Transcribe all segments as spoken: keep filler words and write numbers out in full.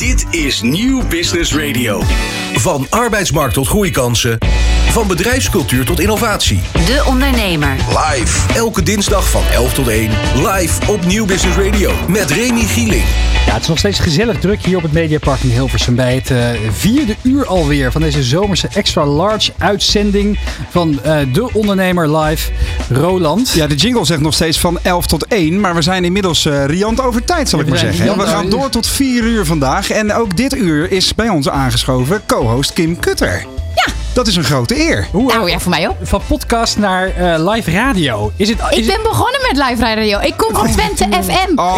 Dit is Nieuw Business Radio. Van arbeidsmarkt tot groeikansen. Van bedrijfscultuur tot innovatie. De Ondernemer. Live. Elke dinsdag van elf tot één. Live op Nieuw Business Radio. Met Remy Gieling. Ja, het is nog steeds gezellig druk hier op het Mediapark in Hilversum. Bij het uh, vierde uur alweer van deze zomerse extra large uitzending van uh, De Ondernemer live. Roland. Ja, de jingle zegt nog steeds van elf tot één. Maar we zijn inmiddels uh, riant over tijd, zal ik maar zeggen. riant, we gaan door tot vier uur vandaag. En ook dit uur is bij ons aangeschoven co-host Kim Kutter. Ja. Dat is een grote eer. Hoe, nou ja, voor mij ook. Van podcast naar uh, live radio. Is het, is ik ben begonnen met live radio. Ik kom van Twente F M. Oh,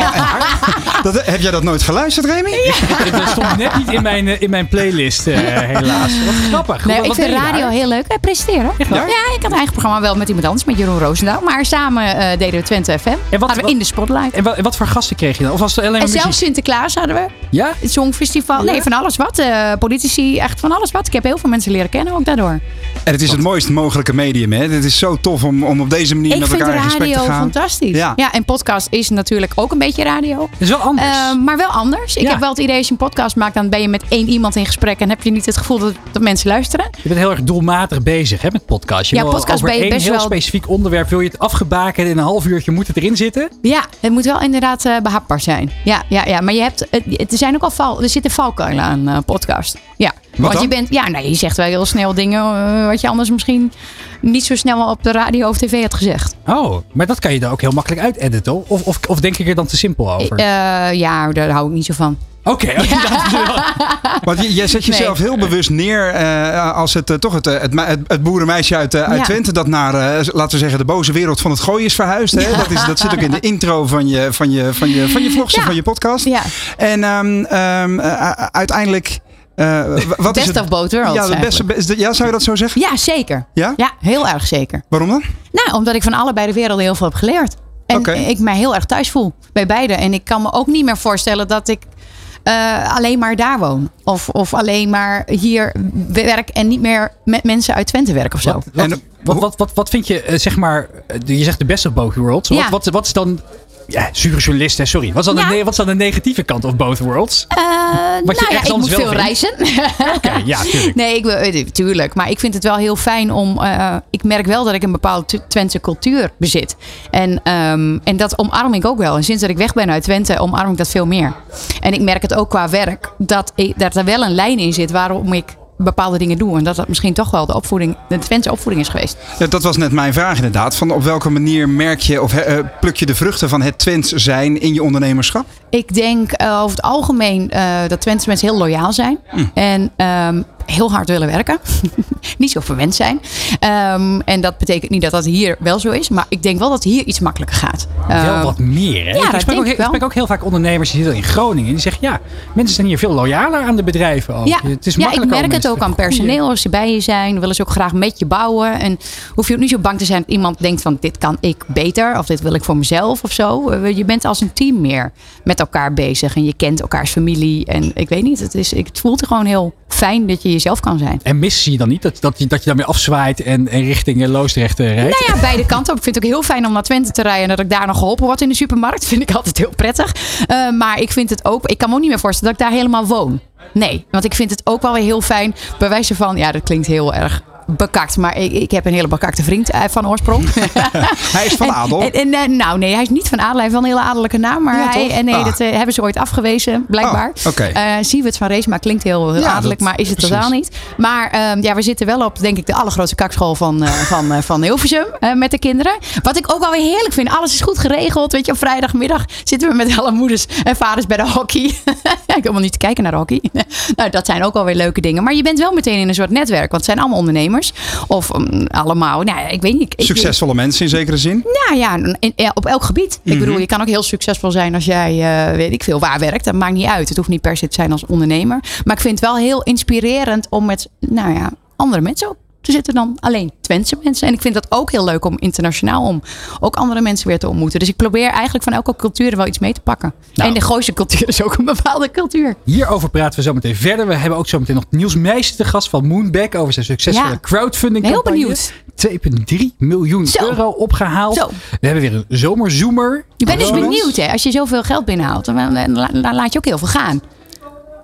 dat, heb jij dat nooit geluisterd, Remy? Ja. Dat stond net niet in mijn, uh, in mijn playlist, uh, helaas. Wat grappig. Nee, wat, ik wat vind radio daar? heel leuk. Eh, presenteren. Echt ja? ja, ik had een eigen programma wel met iemand anders, met Jeroen Roosendaal. Maar samen uh, deden we Twente F M. En wat, hadden we wat, in de spotlight. En wat, en wat voor gasten kreeg je dan? Of was het alleen en maar zelfs Sinterklaas hadden we. Ja? Het Songfestival. Ja? Nee, van alles wat. Uh, politici, echt van alles wat. Ik heb heel veel mensen leren kennen ook daardoor. En het is het mooist mogelijke medium, hè? Het is zo tof om, om op deze manier ik met elkaar in gesprek te gaan. Ik vind radio fantastisch. Ja. ja, en podcast is natuurlijk ook een beetje radio. Het is wel anders. Uh, maar wel anders. Ik ja. heb wel het idee, als je een podcast maakt, dan ben je met één iemand in gesprek en heb je niet het gevoel dat, dat mensen luisteren. Je bent heel erg doelmatig bezig hè, met podcast. Je ja, wil podcast over ben je één best heel wel... specifiek onderwerp wil je het afgebaken en in een half uurtje moet het erin zitten. Ja, het moet wel inderdaad uh, behapbaar zijn. Ja, ja, ja. Maar je hebt, uh, er zijn ook al val, er zitten valkuilen aan uh, podcast. Ja. Wat Want dan? je bent, ja, nou, je zegt wel heel snel dingen uh, wat je anders misschien niet zo snel op de radio of tv had gezegd. Oh, maar dat kan je dan ook heel makkelijk uitediten, toch? Of, of, of denk ik er dan te simpel over? Uh, ja, daar hou ik niet zo van. Oké. Okay, ja. Want jij zet jezelf nee. heel bewust neer uh, als het uh, toch het, het, het, het boerenmeisje uit, uh, uit ja. Twente dat naar, uh, laten we zeggen, de boze wereld van het gooien is verhuisd. Hè? Dat, is, dat zit ook in de intro van je, van je, van je, van je vlogs en ja. van je podcast. Ja. En um, um, uh, uiteindelijk... Uh, wat best is het? of both worlds. Ja, de beste, beste, ja, zou je dat zo zeggen? Ja, zeker. Ja? Ja, heel erg zeker. Waarom dan? Nou, omdat ik van allebei de werelden heel veel heb geleerd. En okay. ik mij heel erg thuis voel bij beide. En ik kan me ook niet meer voorstellen dat ik uh, alleen maar daar woon. Of, of alleen maar hier werk en niet meer met mensen uit Twente werk of zo. Wat, wat, en, wat, wat, wat, wat vind je, uh, zeg maar, uh, je zegt de best of both worlds. Wat, ja. wat, wat is dan... Ja, zure journalist, hè, sorry. Wat is, dan ja. de, wat is dan de negatieve kant of both worlds? Uh, wat nou je ja, ik moet veel vindt? reizen. Oké, okay, ja, tuurlijk. Nee, ik wil, tuurlijk. Maar ik vind het wel heel fijn om... Uh, ik merk wel dat ik een bepaalde Twentse cultuur bezit. En, um, en dat omarm ik ook wel. En sinds dat ik weg ben uit Twente, omarm ik dat veel meer. En ik merk het ook qua werk. Dat, ik, dat er wel een lijn in zit waarom ik bepaalde dingen doen. En dat dat misschien toch wel de opvoeding, de Twentse opvoeding is geweest. Ja, dat was net mijn vraag inderdaad. Van op welke manier merk je of uh, pluk je de vruchten van het Twents zijn in je ondernemerschap? Ik denk uh, over het algemeen uh, dat Twentse mensen heel loyaal zijn. Mm. En um, heel hard willen werken. Niet zo verwend zijn. Um, en dat betekent niet dat dat hier wel zo is. Maar ik denk wel dat hier iets makkelijker gaat. Uh, wel wat meer. Hè? Ja, ik, dat spreek denk ook, ik wel. ik spreek ook heel vaak ondernemers die zitten in Groningen. Die zeggen ja, mensen zijn hier veel loyaler aan de bedrijven. Ook. Ja, het is ja ik merk het ook aan personeel. Goeie. Als ze bij je zijn, willen ze ook graag met je bouwen. En hoef je ook niet zo bang te zijn dat iemand denkt van dit kan ik beter. Of dit wil ik voor mezelf of zo. Je bent als een team meer met elkaar bezig. En je kent elkaars familie. En ik weet niet, het, is, het voelt gewoon heel fijn dat je jezelf kan zijn. En missen je dan niet dat, dat, je, dat je dan weer afzwaait en, en richting Loosdrecht rijdt? Nou ja, beide kanten op. Ik vind het ook heel fijn om naar Twente te rijden en dat ik daar nog geholpen word in de supermarkt. Vind ik altijd heel prettig. Uh, maar ik vind het ook, ik kan me ook niet meer voorstellen dat ik daar helemaal woon. Nee, want ik vind het ook wel weer heel fijn. Bij wijze van, ja, dat klinkt heel erg bekakt. Maar ik, ik heb een hele bekakte vriend van oorsprong. Hij is van adel? En, en, en, nou nee, hij is niet van adel. Hij heeft wel een hele adellijke naam. Maar ja, hij, en nee, ah. dat uh, hebben ze ooit afgewezen, blijkbaar. Oh, okay. uh, Siewert van Reesma klinkt heel, heel ja, adellijk, dat, maar is het precies. Totaal niet. Maar uh, ja, we zitten wel op, denk ik, de allergrootste kakschool van, uh, van, uh, van Hilversum. Uh, met de kinderen. Wat ik ook wel weer heerlijk vind. Alles is goed geregeld. Weet je, op vrijdagmiddag zitten we met alle moeders en vaders bij de hockey. Ik wil helemaal niet te kijken naar de hockey. Nou, dat zijn ook wel weer leuke dingen. Maar je bent wel meteen in een soort netwerk. Want het zijn allemaal ondernemers. Of um, allemaal, nou, ik weet niet. Succesvolle ik, mensen in zekere zin? Nou ja, in, in, op elk gebied. Mm-hmm. Ik bedoel, je kan ook heel succesvol zijn als jij, uh, weet ik veel, waar werkt. Dat maakt niet uit. Het hoeft niet per se te zijn als ondernemer. Maar ik vind het wel heel inspirerend om met, nou ja, andere mensen ook te zitten dan alleen Twentse mensen. En ik vind dat ook heel leuk om internationaal om ook andere mensen weer te ontmoeten. Dus ik probeer eigenlijk van elke cultuur er wel iets mee te pakken. Nou, en de Gooise cultuur is ook een bepaalde cultuur. Hierover praten we zo meteen verder. We hebben ook zo meteen nog Niels Meijs te gast van Moonback over zijn succesvolle ja, crowdfunding campagne. Heel benieuwd. twee komma drie miljoen zo. euro opgehaald. Zo. We hebben weer een zomerzoomer. Je bent dus benieuwd, hè? Als je zoveel geld binnenhaalt, dan, dan, dan laat je ook heel veel gaan.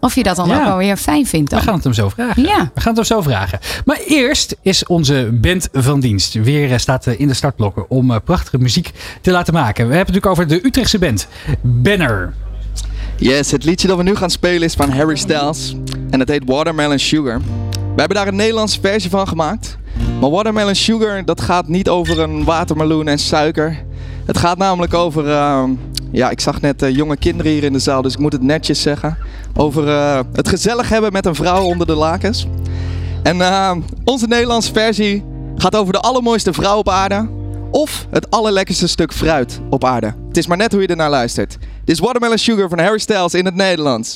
of je dat dan ja. ook wel weer fijn vindt. Dan. We gaan het hem zo vragen. Ja. We gaan het hem zo vragen. Maar eerst is onze band van dienst weer staat in de startblokken om prachtige muziek te laten maken. We hebben het natuurlijk over de Utrechtse band Banner. Yes, het liedje dat we nu gaan spelen is van Harry Styles. En het heet Watermelon Sugar. We hebben daar een Nederlandse versie van gemaakt. Maar Watermelon Sugar, dat gaat niet over een watermeloen en suiker. Het gaat namelijk over... Uh, ja, ik zag net uh, jonge kinderen hier in de zaal, dus ik moet het netjes zeggen. Over uh, het gezellig hebben met een vrouw onder de lakens. En uh, onze Nederlandse versie gaat over de allermooiste vrouw op aarde. Of het allerlekkerste stuk fruit op aarde. Het is maar net hoe je ernaar luistert. Dit is Watermelon Sugar van Harry Styles in het Nederlands.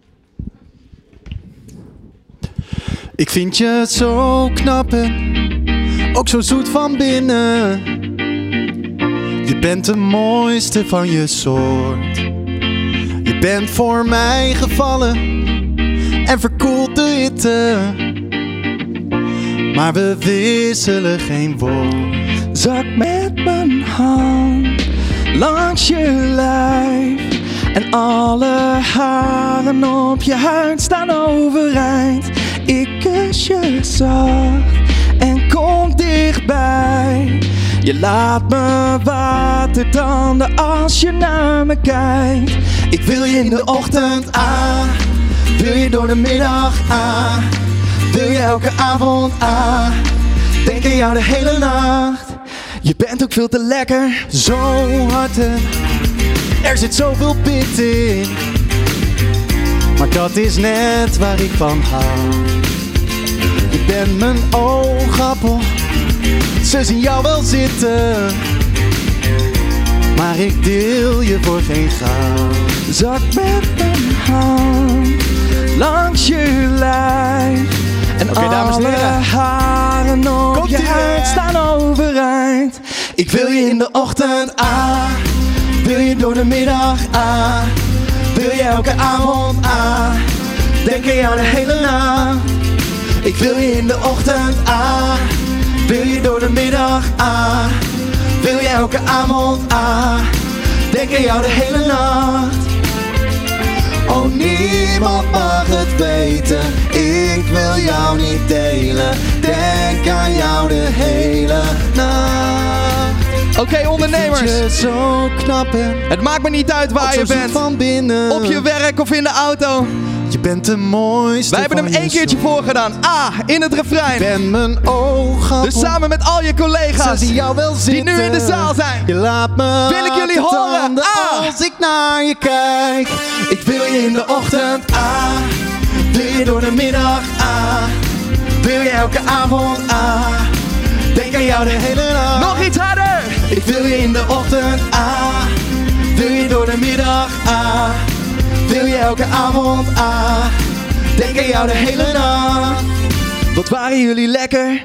Ik vind je zo knap en ook zo zoet van binnen. Je bent de mooiste van je soort. Je bent voor mij gevallen en verkoelt de hitte. Maar we wisselen geen woord. Zak met mijn hand langs je lijf. En alle haren op je huid staan overeind. Ik kus je zacht en kom dichtbij. Je laat me watertanden als je naar me kijkt. Ik wil je in de ochtend aan, wil je door de middag aan, wil je elke avond aan, denk aan jou de hele nacht. Je bent ook veel te lekker, zo hard en er zit zoveel pit in. Maar dat is net waar ik van hou. Je bent mijn oogappel, ze zien jou wel zitten. Maar ik deel je voor geen goud. Zak met mijn hand langs je lijf. En okay, dames en heren, alle haren op Komt je huid staan overeind. Ik wil je in de ochtend aan, wil je door de middag aan, wil je elke avond aan, denk aan jou de hele nacht. Ik wil je in de ochtend aan, wil je door de middag aan, wil je elke avond aan, denk aan jou de hele nacht. Oh, niemand mag het weten, ik wil jou niet delen, denk aan jou de hele nacht. Oké, okay, ondernemers. Je zo knap en het maakt me niet uit waar je bent. Van binnen. Op je werk of in de auto. Je bent de mooiste. Wij hebben hem één keertje voorgedaan. A, in het refrein. Ik ben mijn ogen. Dus samen met al je collega's die, jou wel die nu in de zaal zijn. Je laat me wil ik jullie horen. A, als ik naar je kijk. Ik wil je in de ochtend. A, wil je door de middag. A, wil je elke avond. A, denk aan jou de hele nacht. Nog iets harder. Ik wil je in de ochtend. A, wil je door de middag. A, wil je elke avond aan, denk aan jou de hele nacht. Wat waren jullie lekker?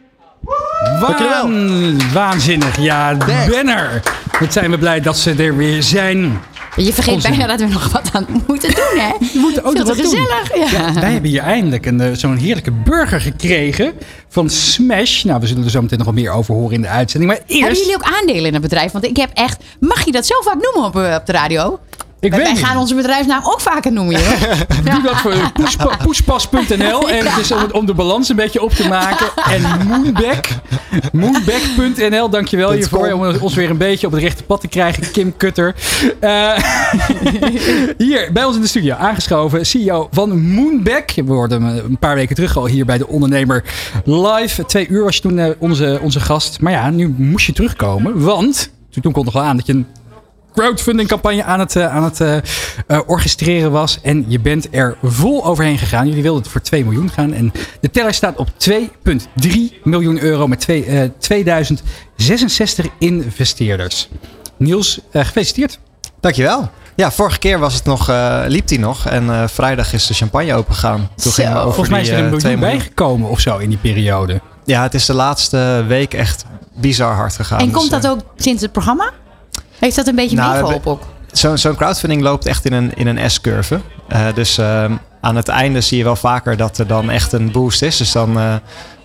Waan, waanzinnig, ja, Banner. Wat zijn we blij dat ze er weer zijn. Je vergeet Onze... bijna dat we nog wat aan moeten doen, hè? We moeten ook Veel nog te wat gezellig. doen. Ja. Ja, wij hebben hier eindelijk een, zo'n heerlijke burger gekregen van Smash. Nou, we zullen er zo meteen nog wel meer over horen in de uitzending. Maar eerst... Hebben jullie ook aandelen in het bedrijf? Want ik heb echt... Mag je dat zo vaak noemen op, op de radio? Ik wij weet wij gaan niet. onze bedrijfsnaam ook vaker noemen. Doe ja. dat voor poespa, poespas punt n l. En het is om, om de balans een beetje op te maken. En Moonback. Moonback punt n l. Dankjewel hiervoor. Om ons weer een beetje op het rechte pad te krijgen. Kim Kutter. Uh, hier bij ons in de studio aangeschoven. C E O van Moonback. We hoorden hem een paar weken terug al hier bij de Ondernemer live. Twee uur was je toen uh, onze, onze gast. Maar ja, nu moest je terugkomen. Want toen kon nog wel aan dat je een crowdfunding campagne aan het, uh, aan het uh, uh, orchestreren was. En je bent er vol overheen gegaan. Jullie wilden het voor twee miljoen gaan. En de teller staat op twee komma drie miljoen euro met twee, uh, tweeduizend zesenzestig investeerders. Niels, uh, gefeliciteerd. Dankjewel. Ja, vorige keer was het nog, uh, liep die nog. En uh, vrijdag is de champagne opengegaan. Toen ging over Volgens mij is er een uh, miljoen bijgekomen of zo in die periode. Ja, het is de laatste week echt bizar hard gegaan. En komt dus, dat ook sinds het programma? Heeft dat een beetje nou, meegeholpen ook? Zo'n zo'n crowdfunding loopt echt in een, in een S-curve. Uh, dus uh, aan het einde zie je wel vaker dat er dan echt een boost is. Dus dan uh,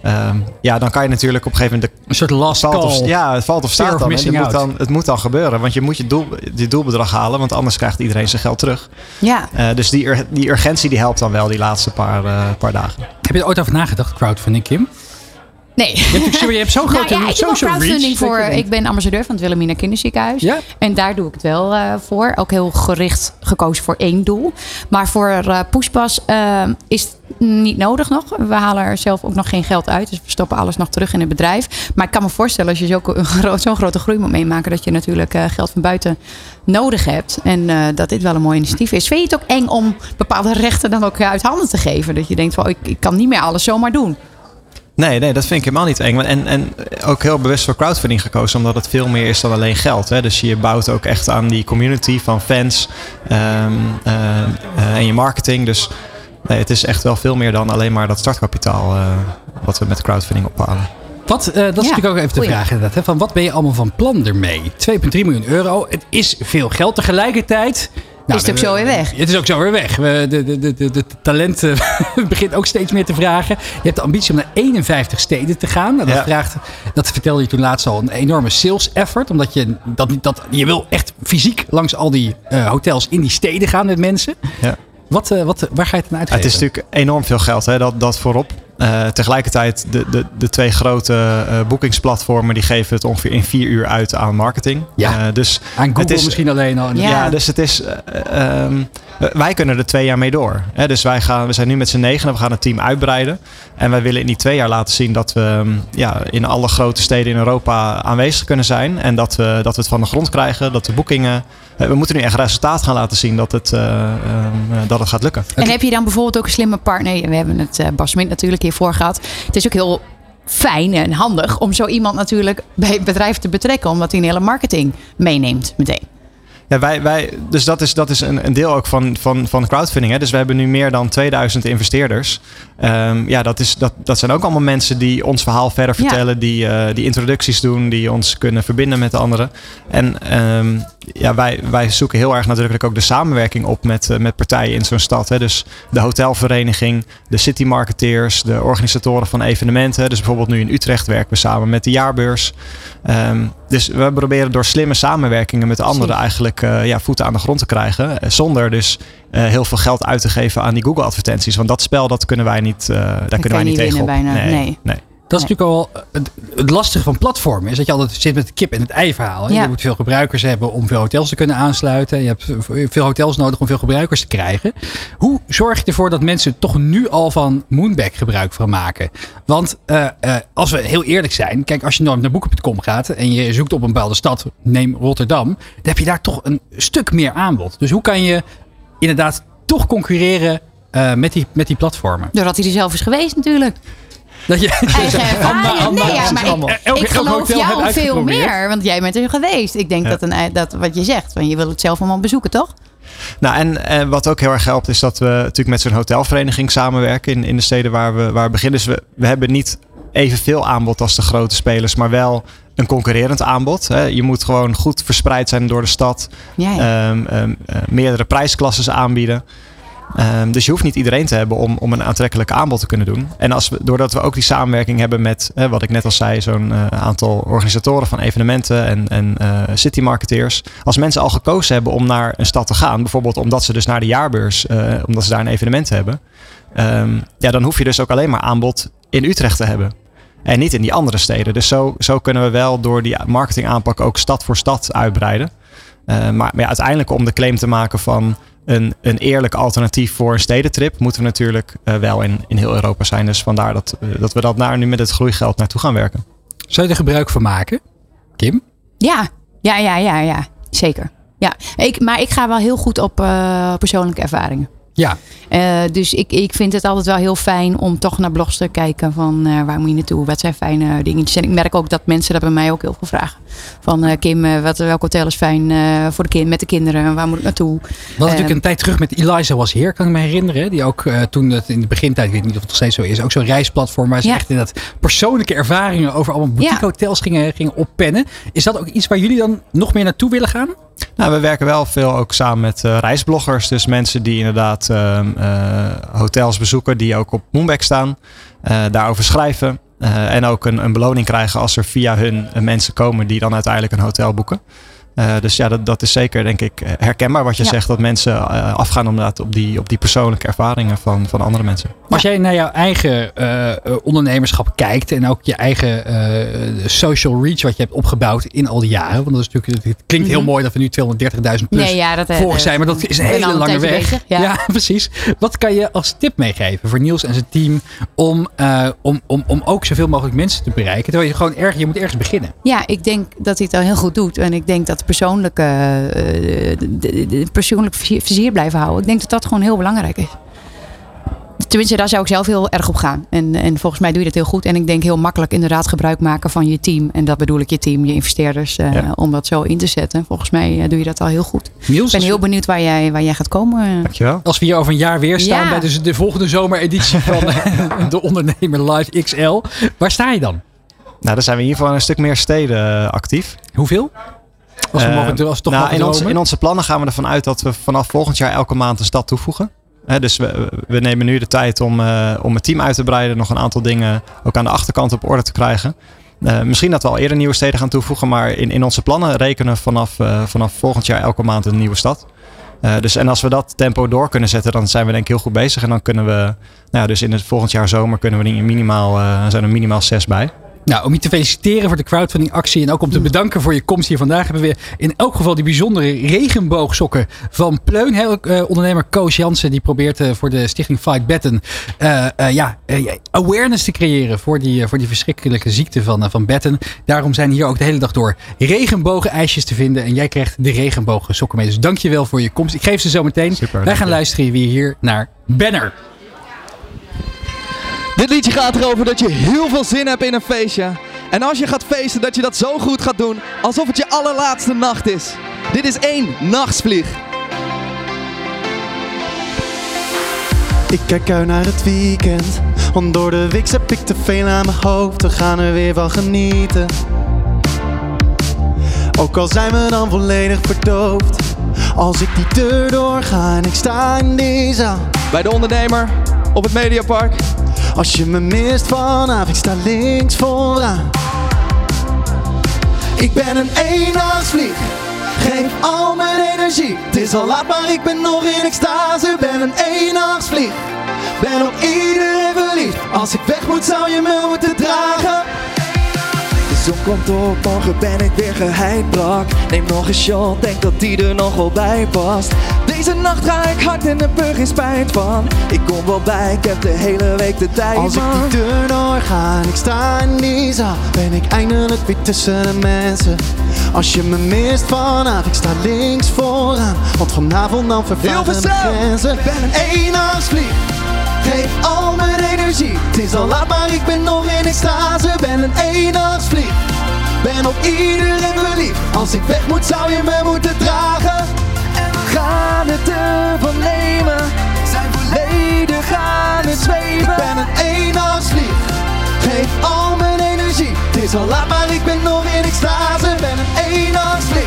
Um, ja, dan kan je natuurlijk op een gegeven moment... De, een soort last call. Of, ja, het valt of staat dan. Het moet dan. Het moet dan gebeuren. Want je moet je, doel, je doelbedrag halen. Want anders krijgt iedereen zijn geld terug. Ja. Uh, dus die, die urgentie die helpt dan wel die laatste paar, uh, paar dagen. Heb je er ooit over nagedacht, crowdfunding, Kim? Nee. Je hebt, je hebt zo'n grote nou ja, social crowdfunding voor. Ik ben ambassadeur van het Wilhelmina Kinderziekenhuis. Ja? En daar doe ik het wel uh, voor. Ook heel gericht gekozen voor één doel. Maar voor uh, Pushpas uh, is het niet nodig nog. We halen er zelf ook nog geen geld uit. Dus we stoppen alles nog terug in het bedrijf. Maar ik kan me voorstellen als je zo'n gro- zo'n grote groei moet meemaken. Dat je natuurlijk uh, geld van buiten nodig hebt. En uh, dat dit wel een mooi initiatief is. Vind je het ook eng om bepaalde rechten dan ook uit handen te geven? Dat je denkt van oh, ik, ik kan niet meer alles zomaar doen. Nee, nee, dat vind ik helemaal niet eng. En, en ook heel bewust voor crowdfunding gekozen, omdat het veel meer is dan alleen geld. Hè? Dus je bouwt ook echt aan die community van fans um, uh, uh, en je marketing. Dus nee, het is echt wel veel meer dan alleen maar dat startkapitaal uh, wat we met crowdfunding ophalen. Wat, uh, dat is ja, natuurlijk ook even de vraag inderdaad. Hè, van wat ben je allemaal van plan ermee? twee komma drie miljoen euro. Het is veel geld. Tegelijkertijd... Nou, is het ook zo weer weg? Het is ook zo weer weg. De, de, de, de, de talenten begint ook steeds meer te vragen. Je hebt de ambitie om naar eenenvijftig steden te gaan. Nou, dat, ja. vraagt, dat vertelde je toen laatst al, een enorme sales effort. Omdat je, dat, dat, je wil echt fysiek langs al die uh, hotels in die steden gaan met mensen. Ja. Wat, uh, wat, waar ga je het aan uitgeven? Het is natuurlijk enorm veel geld, hè? Dat, dat voorop. Uh, tegelijkertijd, de, de, de twee grote uh, boekingsplatformen die geven het ongeveer in vier uur uit aan marketing. Ja, uh, dus aan Google het is, misschien alleen al. Ja, ja dus het is... Uh, um, wij kunnen er twee jaar mee door. Hè? Dus wij gaan, we zijn nu met z'n negenen, we gaan het team uitbreiden. En wij willen in die twee jaar laten zien dat we um, ja, in alle grote steden in Europa aanwezig kunnen zijn. En dat we, dat we het van de grond krijgen, dat de boekingen... We moeten nu echt resultaat gaan laten zien dat het, uh, um, dat het gaat lukken. En heb je dan bijvoorbeeld ook een slimme partner? We hebben het uh, Bas Smit natuurlijk hiervoor gehad. Het is ook heel fijn en handig om zo iemand natuurlijk bij het bedrijf te betrekken. Omdat hij een hele marketing meeneemt meteen. Ja, wij, wij, dus dat is, dat is een, een deel ook van, van, van crowdfunding. Hè? Dus we hebben nu meer dan tweeduizend investeerders. Um, ja, dat, is, dat, dat zijn ook allemaal mensen die ons verhaal verder vertellen. Ja. Die, uh, die introducties doen. Die ons kunnen verbinden met de anderen. En um, ja, wij, wij zoeken heel erg nadrukkelijk ook de samenwerking op met, uh, met partijen in zo'n stad. Hè? Dus de hotelvereniging, de city marketeers, de organisatoren van evenementen. Dus bijvoorbeeld nu in Utrecht werken we samen met de jaarbeurs. Um, dus we proberen door slimme samenwerkingen met de anderen eigenlijk uh, ja, voeten aan de grond te krijgen. Uh, zonder dus uh, heel veel geld uit te geven aan die Google advertenties. Want dat spel dat kunnen wij niet, uh, daar dat kunnen wij niet tegen op. Bijna. Nee, nee. nee. Dat is natuurlijk al het, het lastige van platformen. Is dat je altijd zit met het kip en het ei verhaal. Ja. Je moet veel gebruikers hebben om veel hotels te kunnen aansluiten. Je hebt veel hotels nodig om veel gebruikers te krijgen. Hoe zorg je ervoor dat mensen toch nu al van Moonbag gebruik van maken? Want uh, uh, als we heel eerlijk zijn. Kijk, als je nooit naar boeken punt com gaat en je zoekt op een bepaalde stad. Neem Rotterdam. Dan heb je daar toch een stuk meer aanbod. Dus hoe kan je inderdaad toch concurreren uh, met, die, met die platformen? Doordat hij er zelf is geweest natuurlijk. Dat je, eigen ervaring. Nee, ja, maar ik, elke, ik geloof jou veel meer. Want jij bent er geweest. Ik denk ja. dat, een, dat wat je zegt. Want je wil het zelf allemaal bezoeken, toch? Nou, en, en wat ook heel erg helpt is dat we natuurlijk met zo'n hotelvereniging samenwerken. In, in de steden waar we, waar we beginnen. Dus we, we hebben niet evenveel aanbod als de grote spelers. Maar wel een concurrerend aanbod. Hè. Je moet gewoon goed verspreid zijn door de stad. Ja, ja. Um, um, uh, meerdere prijsklasses aanbieden. Um, dus je hoeft niet iedereen te hebben om, om een aantrekkelijk aanbod te kunnen doen. En als we, doordat we ook die samenwerking hebben met, hè, wat ik net al zei, zo'n uh, aantal organisatoren van evenementen en, en uh, city marketeers. Als mensen al gekozen hebben om naar een stad te gaan, bijvoorbeeld omdat ze dus naar de jaarbeurs, uh, omdat ze daar een evenement hebben. Um, ja, dan hoef je dus ook alleen maar aanbod in Utrecht te hebben. En niet in die andere steden. Dus zo, zo kunnen we wel door die marketingaanpak ook stad voor stad uitbreiden. Uh, maar, maar ja, uiteindelijk om de claim te maken van Een, een eerlijk alternatief voor een stedentrip moeten we natuurlijk uh, wel in, in heel Europa zijn. Dus vandaar dat, uh, dat we dat naar, nu met het groeigeld naartoe gaan werken. Zou je er gebruik van maken, Kim? Ja, ja, ja, ja, ja. Zeker. Ja. Ik, maar ik ga wel heel goed op uh, persoonlijke ervaringen. Ja. Uh, dus ik, ik vind het altijd wel heel fijn om toch naar blogs te kijken van uh, waar moet je naartoe? Wat zijn fijne dingetjes? En ik merk ook dat mensen dat bij mij ook heel veel vragen. Van uh, Kim, uh, wat, welk hotel is fijn uh, voor de kind, met de kinderen? Waar moet ik naartoe? We hadden uh, natuurlijk een tijd terug met Eliza Was Here, kan ik me herinneren. Die ook uh, toen het in de begintijd, ik weet niet of het nog steeds zo is, ook zo'n reisplatform waar ze ja. echt inderdaad persoonlijke ervaringen over allemaal boutique hotels gingen, gingen oppennen. Is dat ook iets waar jullie dan nog meer naartoe willen gaan? Nou, we werken wel veel ook samen met uh, reisbloggers. Dus mensen die inderdaad uh, uh, hotels bezoeken die ook op Moonbag staan. Uh, daarover schrijven. Uh, en ook een, een beloning krijgen als er via hun uh, mensen komen die dan uiteindelijk een hotel boeken. Uh, dus ja, dat, dat is zeker denk ik herkenbaar wat je ja. zegt. Dat mensen uh, afgaan inderdaad op die, op die persoonlijke ervaringen van, van andere mensen. Maar als jij naar jouw eigen uh, ondernemerschap kijkt. En ook je eigen uh, social reach wat je hebt opgebouwd in al die jaren. Want dat is natuurlijk, het klinkt heel mooi dat we nu tweehonderddertigduizend plus nee, ja, dat, volgers zijn. Maar dat is een hele lange weg. Bezig, ja. ja, precies. Wat kan je als tip meegeven voor Niels en zijn team. Om, uh, om, om, om ook zoveel mogelijk mensen te bereiken. Terwijl je gewoon erg, je moet ergens beginnen. Ja, ik denk dat hij het al heel goed doet. En ik denk dat persoonlijke, uh, de, de, de persoonlijk vizier blijven houden. Ik denk dat dat gewoon heel belangrijk is. Tenminste, daar zou ik zelf heel erg op gaan. En, en volgens mij doe je dat heel goed. En ik denk heel makkelijk inderdaad gebruik maken van je team. En dat bedoel ik je team, je investeerders. Uh, ja. Om dat zo in te zetten. Volgens mij uh, doe je dat al heel goed. Niels, ik ben heel benieuwd waar jij, waar jij gaat komen. Dankjewel. Als we hier over een jaar weer staan ja. bij dus de volgende zomereditie van de Ondernemer Live X L. Waar sta je dan? Nou, dan zijn we in ieder geval in een stuk meer steden actief. Hoeveel? Als we uh, mogen, als we toch nou, in, onze, in onze plannen gaan we ervan uit dat we vanaf volgend jaar elke maand een stad toevoegen. He, dus we, we nemen nu de tijd om, uh, om het team uit te breiden. Nog een aantal dingen ook aan de achterkant op orde te krijgen. Uh, misschien dat we al eerder nieuwe steden gaan toevoegen. Maar in, in onze plannen rekenen we vanaf, uh, vanaf volgend jaar elke maand een nieuwe stad. Uh, dus, en als we dat tempo door kunnen zetten, dan zijn we denk ik heel goed bezig. En dan kunnen we, nou ja, dus in het volgend jaar zomer kunnen we er minimaal, uh, zijn er minimaal zes bij. Nou, om je te feliciteren voor de crowdfunding actie en ook om te bedanken voor je komst hier vandaag, hebben we in elk geval die bijzondere regenboogsokken van Pleun. He, uh, ondernemer Koos Jansen die probeert uh, voor de stichting Fight Batten uh, uh, ja, uh, awareness te creëren voor die, uh, voor die verschrikkelijke ziekte van, uh, van Batten. Daarom zijn hier ook de hele dag door regenbogen-ijsjes te vinden en jij krijgt de regenboogsokken mee. Dus dank je wel voor je komst. Ik geef ze zo meteen. Super, Wij gaan je. luisteren weer hier naar Banner. Dit liedje gaat erover dat je heel veel zin hebt in een feestje. En als je gaat feesten, dat je dat zo goed gaat doen, alsof het je allerlaatste nacht is. Dit is één nachtsvlieg. Ik kijk uit naar het weekend, want door de week heb ik te veel aan mijn hoofd. We gaan er weer van genieten. Ook al zijn we dan volledig verdoofd. Als ik die deur doorga en ik sta in die zaal. Bij de Ondernemer, op het Mediapark. Als je me mist vanavond, ik sta links vooraan. Ik ben een eendagsvlieg, geef al mijn energie. Het is al laat, maar ik ben nog in extase. Ben een eendagsvlieg, ben op iedereen verliefd. Als ik weg moet, zou je me moeten dragen. De zon komt op, morgen ben ik weer geheid brak. Neem nog een shot, denk dat die er nog wel bij past. Deze nacht ga ik hard en de burg is spijt van. Ik kom wel bij, ik heb de hele week de tijd. Als ik die deur doorga en ik sta in die zaal, ben ik eindelijk weer tussen de mensen. Als je me mist vanavond, ik sta links vooraan. Want vanavond dan vervagen de grenzen. Ik ben een eendagsvlieg, geef al mijn energie. Het is al laat, maar ik ben nog in extase. Ben een eendagsvlieg, ben op iedereen verliefd. Als ik weg moet, zou je me moeten dragen. Gaan het ervan nemen, zijn volledig aan het zweven. Ik ben een eendagsvlieg, geef al mijn energie. Het is al laat, maar ik ben nog in extase. Ben een eendagsvlieg.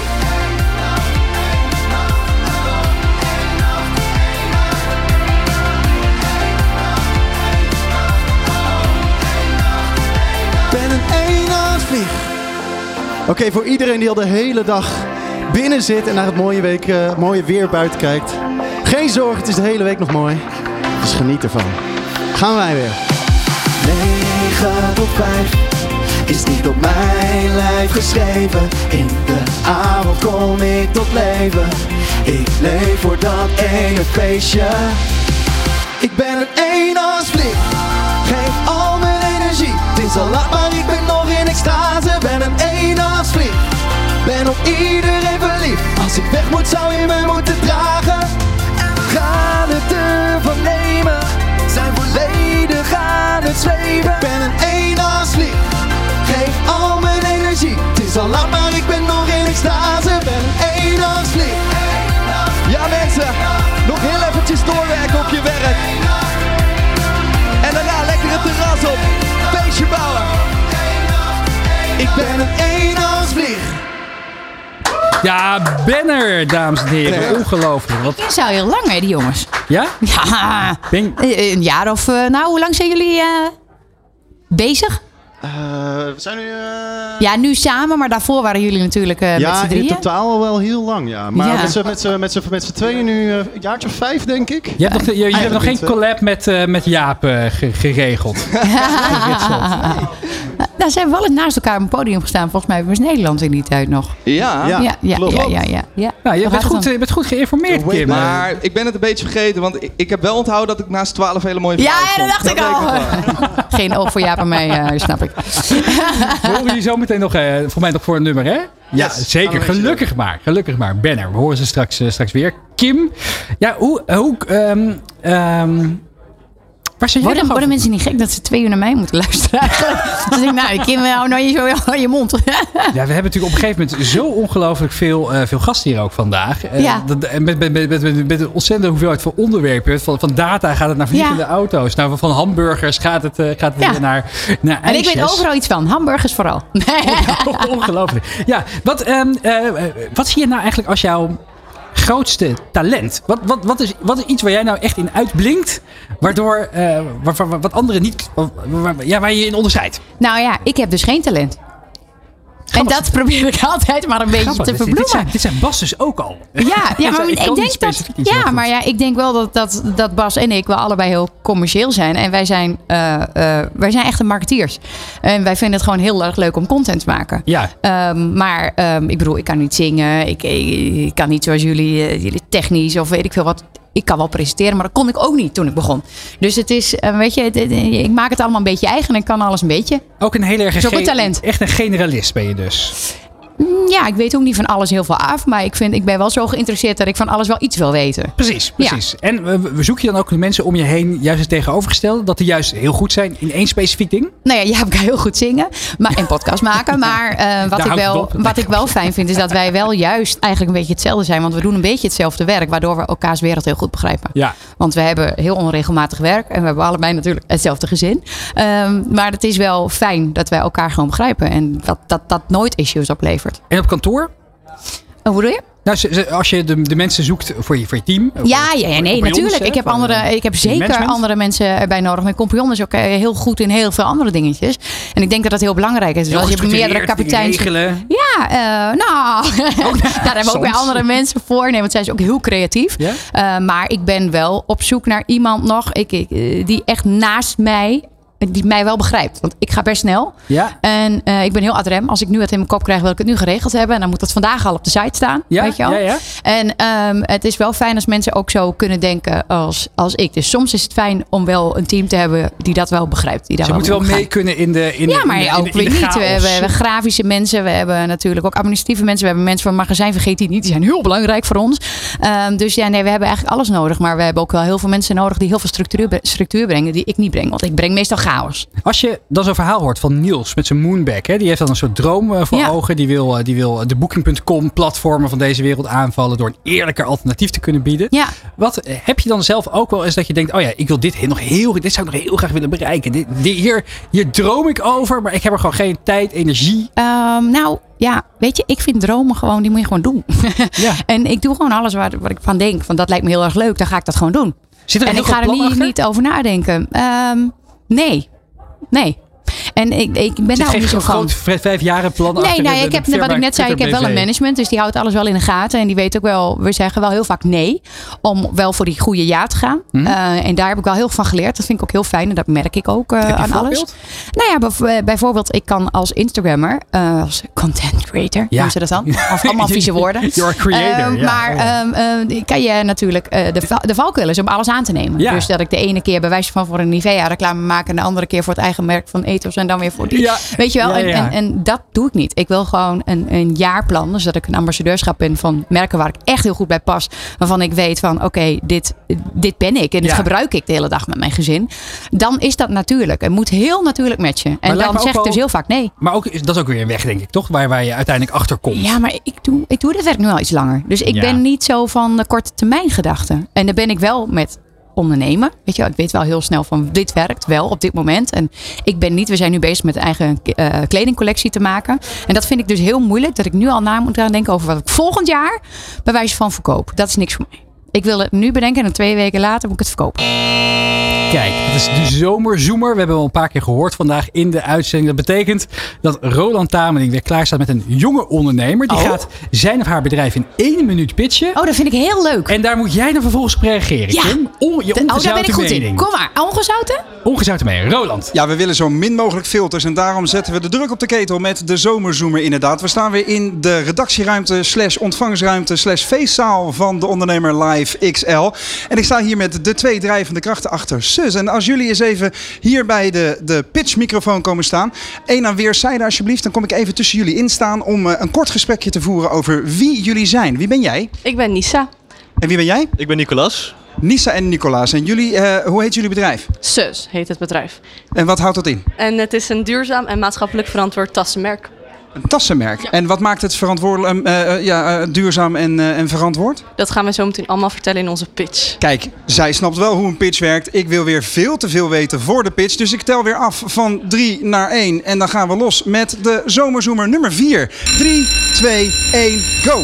Ben een eendagsvlieg. Oké, okay, voor iedereen die al de hele dag binnen zit en naar het mooie, week, uh, mooie weer buiten kijkt. Geen zorgen, het is de hele week nog mooi. Dus geniet ervan. Gaan wij weer. negen tot vijf is niet op mijn lijf geschreven. In de avond kom ik tot leven. Ik leef voor dat ene feestje. Ik ben een eendagsvlieg, geef al mijn energie. Het is al laat, maar ik ben nog in extase. Ben een eendagsvlieg, ben op iedereen verliefd. Als ik weg moet, zou je me moeten dragen. En we gaan het ervan nemen, zijn volledig aan het zweven. Ik ben een eendagsvlieg, geef al mijn energie. Het is al laat, maar ik ben nog in extase. Ben een eendagsvlieg. Ja mensen, nog heel eventjes doorwerken op je werk. En daarna lekker het terras op, feestje bouwen. Ik ben een eendagsvlieg. Ja, Banner, dames en heren. Nee, ongelooflijk. Wat... Die is al heel lang, hè, die jongens. Ja? Ja. Ben... Een jaar of... Uh, nou, hoe lang zijn jullie uh, bezig? Uh, we zijn nu... Uh... Ja, nu samen, maar daarvoor waren jullie natuurlijk uh, ja, met z'n drieën. Ja, in totaal al wel heel lang, ja. Maar ja. met z'n met z'n, met z'n, met z'n tweeën nu uh, een jaartje of vijf, denk ik. Je hebt nog, je, je hebt nog geen collab met, uh, met Jaap uh, ge, geregeld. Nou, ze hebben wel eens naast elkaar op een podium gestaan. Volgens mij was Nederland in die tijd nog. Ja, ja, ja, ja, ja, ja, ja, ja. Nou, je bent goed, je bent goed geïnformeerd, Kim. Maar ik ben het een beetje vergeten, want ik, ik heb wel onthouden dat ik naast twaalf hele mooie vrouwen Ja, dat dacht ik al. Geen oog voor Jaap en mij, uh, snap ik. We horen jullie zo meteen nog, uh, voor mij nog voor een nummer, hè? Ja, yes, zeker. Gelukkig maar. Gelukkig maar. Banner. We horen ze straks, uh, straks weer. Kim, ja, hoe... hoe um, um, Waar zit worden, worden mensen niet gek dat ze twee uur naar mij moeten luisteren? Dus ik nou, Kim, hou nou je zo aan je mond. Ja, we hebben natuurlijk op een gegeven moment zo ongelooflijk veel, uh, veel gasten hier ook vandaag. Ja. Uh, dat, met, met, met, met, met een ontzettende hoeveelheid van onderwerpen. Van, van data gaat het naar vliegende ja. auto's. Nou, van hamburgers gaat het, uh, gaat het ja. naar, naar ijsjes. En ik weet overal iets van. Hamburgers vooral. Oh, ongelooflijk. Ja, wat, um, uh, wat zie je nou eigenlijk als jouw grootste talent? Wat, wat, wat, is, wat is iets waar jij nou echt in uitblinkt, waardoor uh, waar, waar, wat anderen niet, waar, ja, waar je je in onderscheidt? Nou ja, ik heb dus geen talent. En dat probeer ik altijd maar een beetje Grappig, te verbloemen. Dit zijn, dit zijn Bas dus ook al. Ja, ja maar ik, ik denk dat. Ja, maar ja, ik denk wel dat, dat, dat Bas en ik wel allebei heel commercieel zijn. En wij zijn, uh, uh, wij zijn echte marketeers. En wij vinden het gewoon heel erg leuk om content te maken. Ja. Um, maar um, ik bedoel, ik kan niet zingen. Ik, ik, ik kan niet zoals jullie, uh, jullie technisch of weet ik veel wat. Ik kan wel presenteren, maar dat kon ik ook niet toen ik begon. Dus het is, uh, weet je, het, het, ik maak het allemaal een beetje eigen en ik kan alles een beetje. Ook een heel erg ge- talent. Echt een generalist ben je dus. Ja, ik weet ook niet van alles heel veel af. Maar ik, vind, ik ben wel zo geïnteresseerd dat ik van alles wel iets wil weten. Precies, precies. Ja. En uh, zoek je dan ook de mensen om je heen juist het tegenovergestelde? Dat die juist heel goed zijn in één specifiek ding? Nou ja, Jaap kan heel goed zingen maar, en podcast maken. Maar uh, wat, ik wel, wat ik wel fijn vind is dat wij wel juist eigenlijk een beetje hetzelfde zijn. Want we doen een beetje hetzelfde werk. Waardoor we elkaars wereld heel goed begrijpen. Ja. Want we hebben heel onregelmatig werk. En we hebben allebei natuurlijk hetzelfde gezin. Um, maar het is wel fijn dat wij elkaar gewoon begrijpen. En dat dat, dat nooit issues oplevert. En op kantoor? Oh, hoe bedoel je? Nou, als je de, de mensen zoekt voor je, voor je team. Ja, ja, ja nee, natuurlijk. Ons, ik heb, andere, ik heb zeker management. andere mensen erbij nodig. Mijn compagnon is ook heel goed in heel veel andere dingetjes. En ik denk dat dat heel belangrijk is. Dus als je meerdere kapiteins... Regelen. Ja, uh, nou, oh, daar hebben we ook weer andere mensen voor. Nee, want zij is ook heel creatief. Ja? Uh, maar ik ben wel op zoek naar iemand nog ik, ik, die echt naast mij... die mij wel begrijpt. Want ik ga best snel. Ja. En uh, ik ben heel ad rem. Als ik nu wat in mijn kop krijg, wil ik het nu geregeld hebben. En dan moet dat vandaag al op de site staan. Ja, weet je al? Ja, ja. En um, het is wel fijn als mensen ook zo kunnen denken als, als ik. Dus soms is het fijn om wel een team te hebben die dat wel begrijpt. Die daar Ze wel moeten wel mee kunnen in de in Ja, de, maar in de, ook in de, in de niet. chaos. We hebben, we hebben grafische mensen. We hebben natuurlijk ook administratieve mensen. We hebben mensen van magazijn, vergeet die niet. Die zijn heel belangrijk voor ons. Um, dus ja, nee, we hebben eigenlijk alles nodig. Maar we hebben ook wel heel veel mensen nodig die heel veel structuur, structuur brengen. Die ik niet breng. Want ik breng meestal chaos. Als je dan zo'n verhaal hoort van Niels met zijn Moonbag. Hè, die heeft dan een soort droom uh, voor ja. ogen. Die wil, uh, die wil de Booking punt com platformen van deze wereld aanvallen. Door een eerlijker alternatief te kunnen bieden. Ja. Wat uh, heb je dan zelf ook wel eens dat je denkt. Oh ja, ik wil dit nog heel, dit zou ik nog heel graag willen bereiken. Dit, dit, hier, hier droom ik over. Maar ik heb er gewoon geen tijd, energie. Um, nou ja, weet je. Ik vind dromen gewoon, die moet je gewoon doen. Ja. En ik doe gewoon alles waar, waar ik van denk. Van dat lijkt me heel erg leuk. Dan ga ik dat gewoon doen. Zit er en ik ga er niet, niet over nadenken. Um, nee. Nee. En ik, ik ben daar ook niet zo van. Groot vijf jaren plan. Nee, nee, ik heb, wat ik net zei, ik heb wel een management. Dus die houdt alles wel in de gaten. En die weet ook wel, we zeggen wel heel vaak nee. Om wel voor die goede ja te gaan. Mm-hmm. Uh, en daar heb ik wel heel veel van geleerd. Dat vind ik ook heel fijn. En dat merk ik ook uh, aan alles. Nou ja, bijv- bijvoorbeeld, ik kan als Instagrammer, uh, als content creator, ja. noemen ze dat dan? Of allemaal vieze woorden. You're a creator. Uh, ja. Maar um, uh, kan je natuurlijk uh, de, va- de valkuil is om alles aan te nemen. Ja. Dus dat ik de ene keer bij wijze van voor een Nivea reclame maak. En de andere keer voor het eigen merk van Ethos. En dan weer voor die. Ja. Weet je wel? Ja, ja. En, en, en dat doe ik niet. Ik wil gewoon een, een jaarplan. Dus dat ik een ambassadeurschap ben van merken waar ik echt heel goed bij pas. Waarvan ik weet van oké, okay, dit, dit ben ik. En dit ja. gebruik ik de hele dag met mijn gezin. Dan is dat natuurlijk. Het moet heel natuurlijk matchen. En dan zeg ik dus heel vaak nee. Maar ook, dat is ook weer een weg, denk ik, toch? Waar, waar je uiteindelijk achter komt. Ja, maar ik doe, ik doe dit werk nu al iets langer. Dus ik ja. ben niet zo van de korte termijn gedachten. En daar ben ik wel met ondernemen. Weet je, ik weet wel heel snel van dit werkt wel op dit moment. En ik ben niet, we zijn nu bezig met een eigen uh, kledingcollectie te maken. En dat vind ik dus heel moeilijk. Dat ik nu al na moet gaan denken over wat ik volgend jaar bij wijze van verkoop. Dat is niks voor mij. Ik wil het nu bedenken en twee weken later moet ik het verkopen. Kijk, het is de zomerzoemer. We hebben al een paar keer gehoord vandaag in de uitzending. Dat betekent dat Roland Tamening weer klaar staat met een jonge ondernemer. Die oh. gaat zijn of haar bedrijf in één minuut pitchen. Oh, dat vind ik heel leuk. En daar moet jij dan vervolgens op reageren. Ja. Kim. On, je oh, daar ben ik goed mening. in. Kom maar, ongezouten? Ongezouten mening. Roland. Ja, we willen zo min mogelijk filters. En daarom zetten we de druk op de ketel met de zomerzoemer inderdaad. We staan weer in de redactieruimte slash ontvangstruimte slash feestzaal van de Ondernemer Live X L. En ik sta hier met de twee drijvende krachten achter Sus. En als jullie eens even hier bij de, de pitchmicrofoon komen staan. Eén aan weerszijden alsjeblieft. Dan kom ik even tussen jullie in staan om uh, een kort gesprekje te voeren over wie jullie zijn. Wie ben jij? Ik ben Nisa. En wie ben jij? Ik ben Nicolas. Nisa en Nicolaas. En jullie, uh, hoe heet jullie bedrijf? Sus heet het bedrijf. En wat houdt dat in? En het is een duurzaam en maatschappelijk verantwoord tassenmerk. Een tassenmerk. Ja. En wat maakt het verantwoordelijk, uh, uh, ja, uh, duurzaam en, uh, en verantwoord? Dat gaan we zo meteen allemaal vertellen in onze pitch. Kijk, zij snapt wel hoe een pitch werkt. Ik wil weer veel te veel weten voor de pitch. Dus ik tel weer af van drie naar één. En dan gaan we los met de zomerzoemer nummer vier. drie, twee, één, go!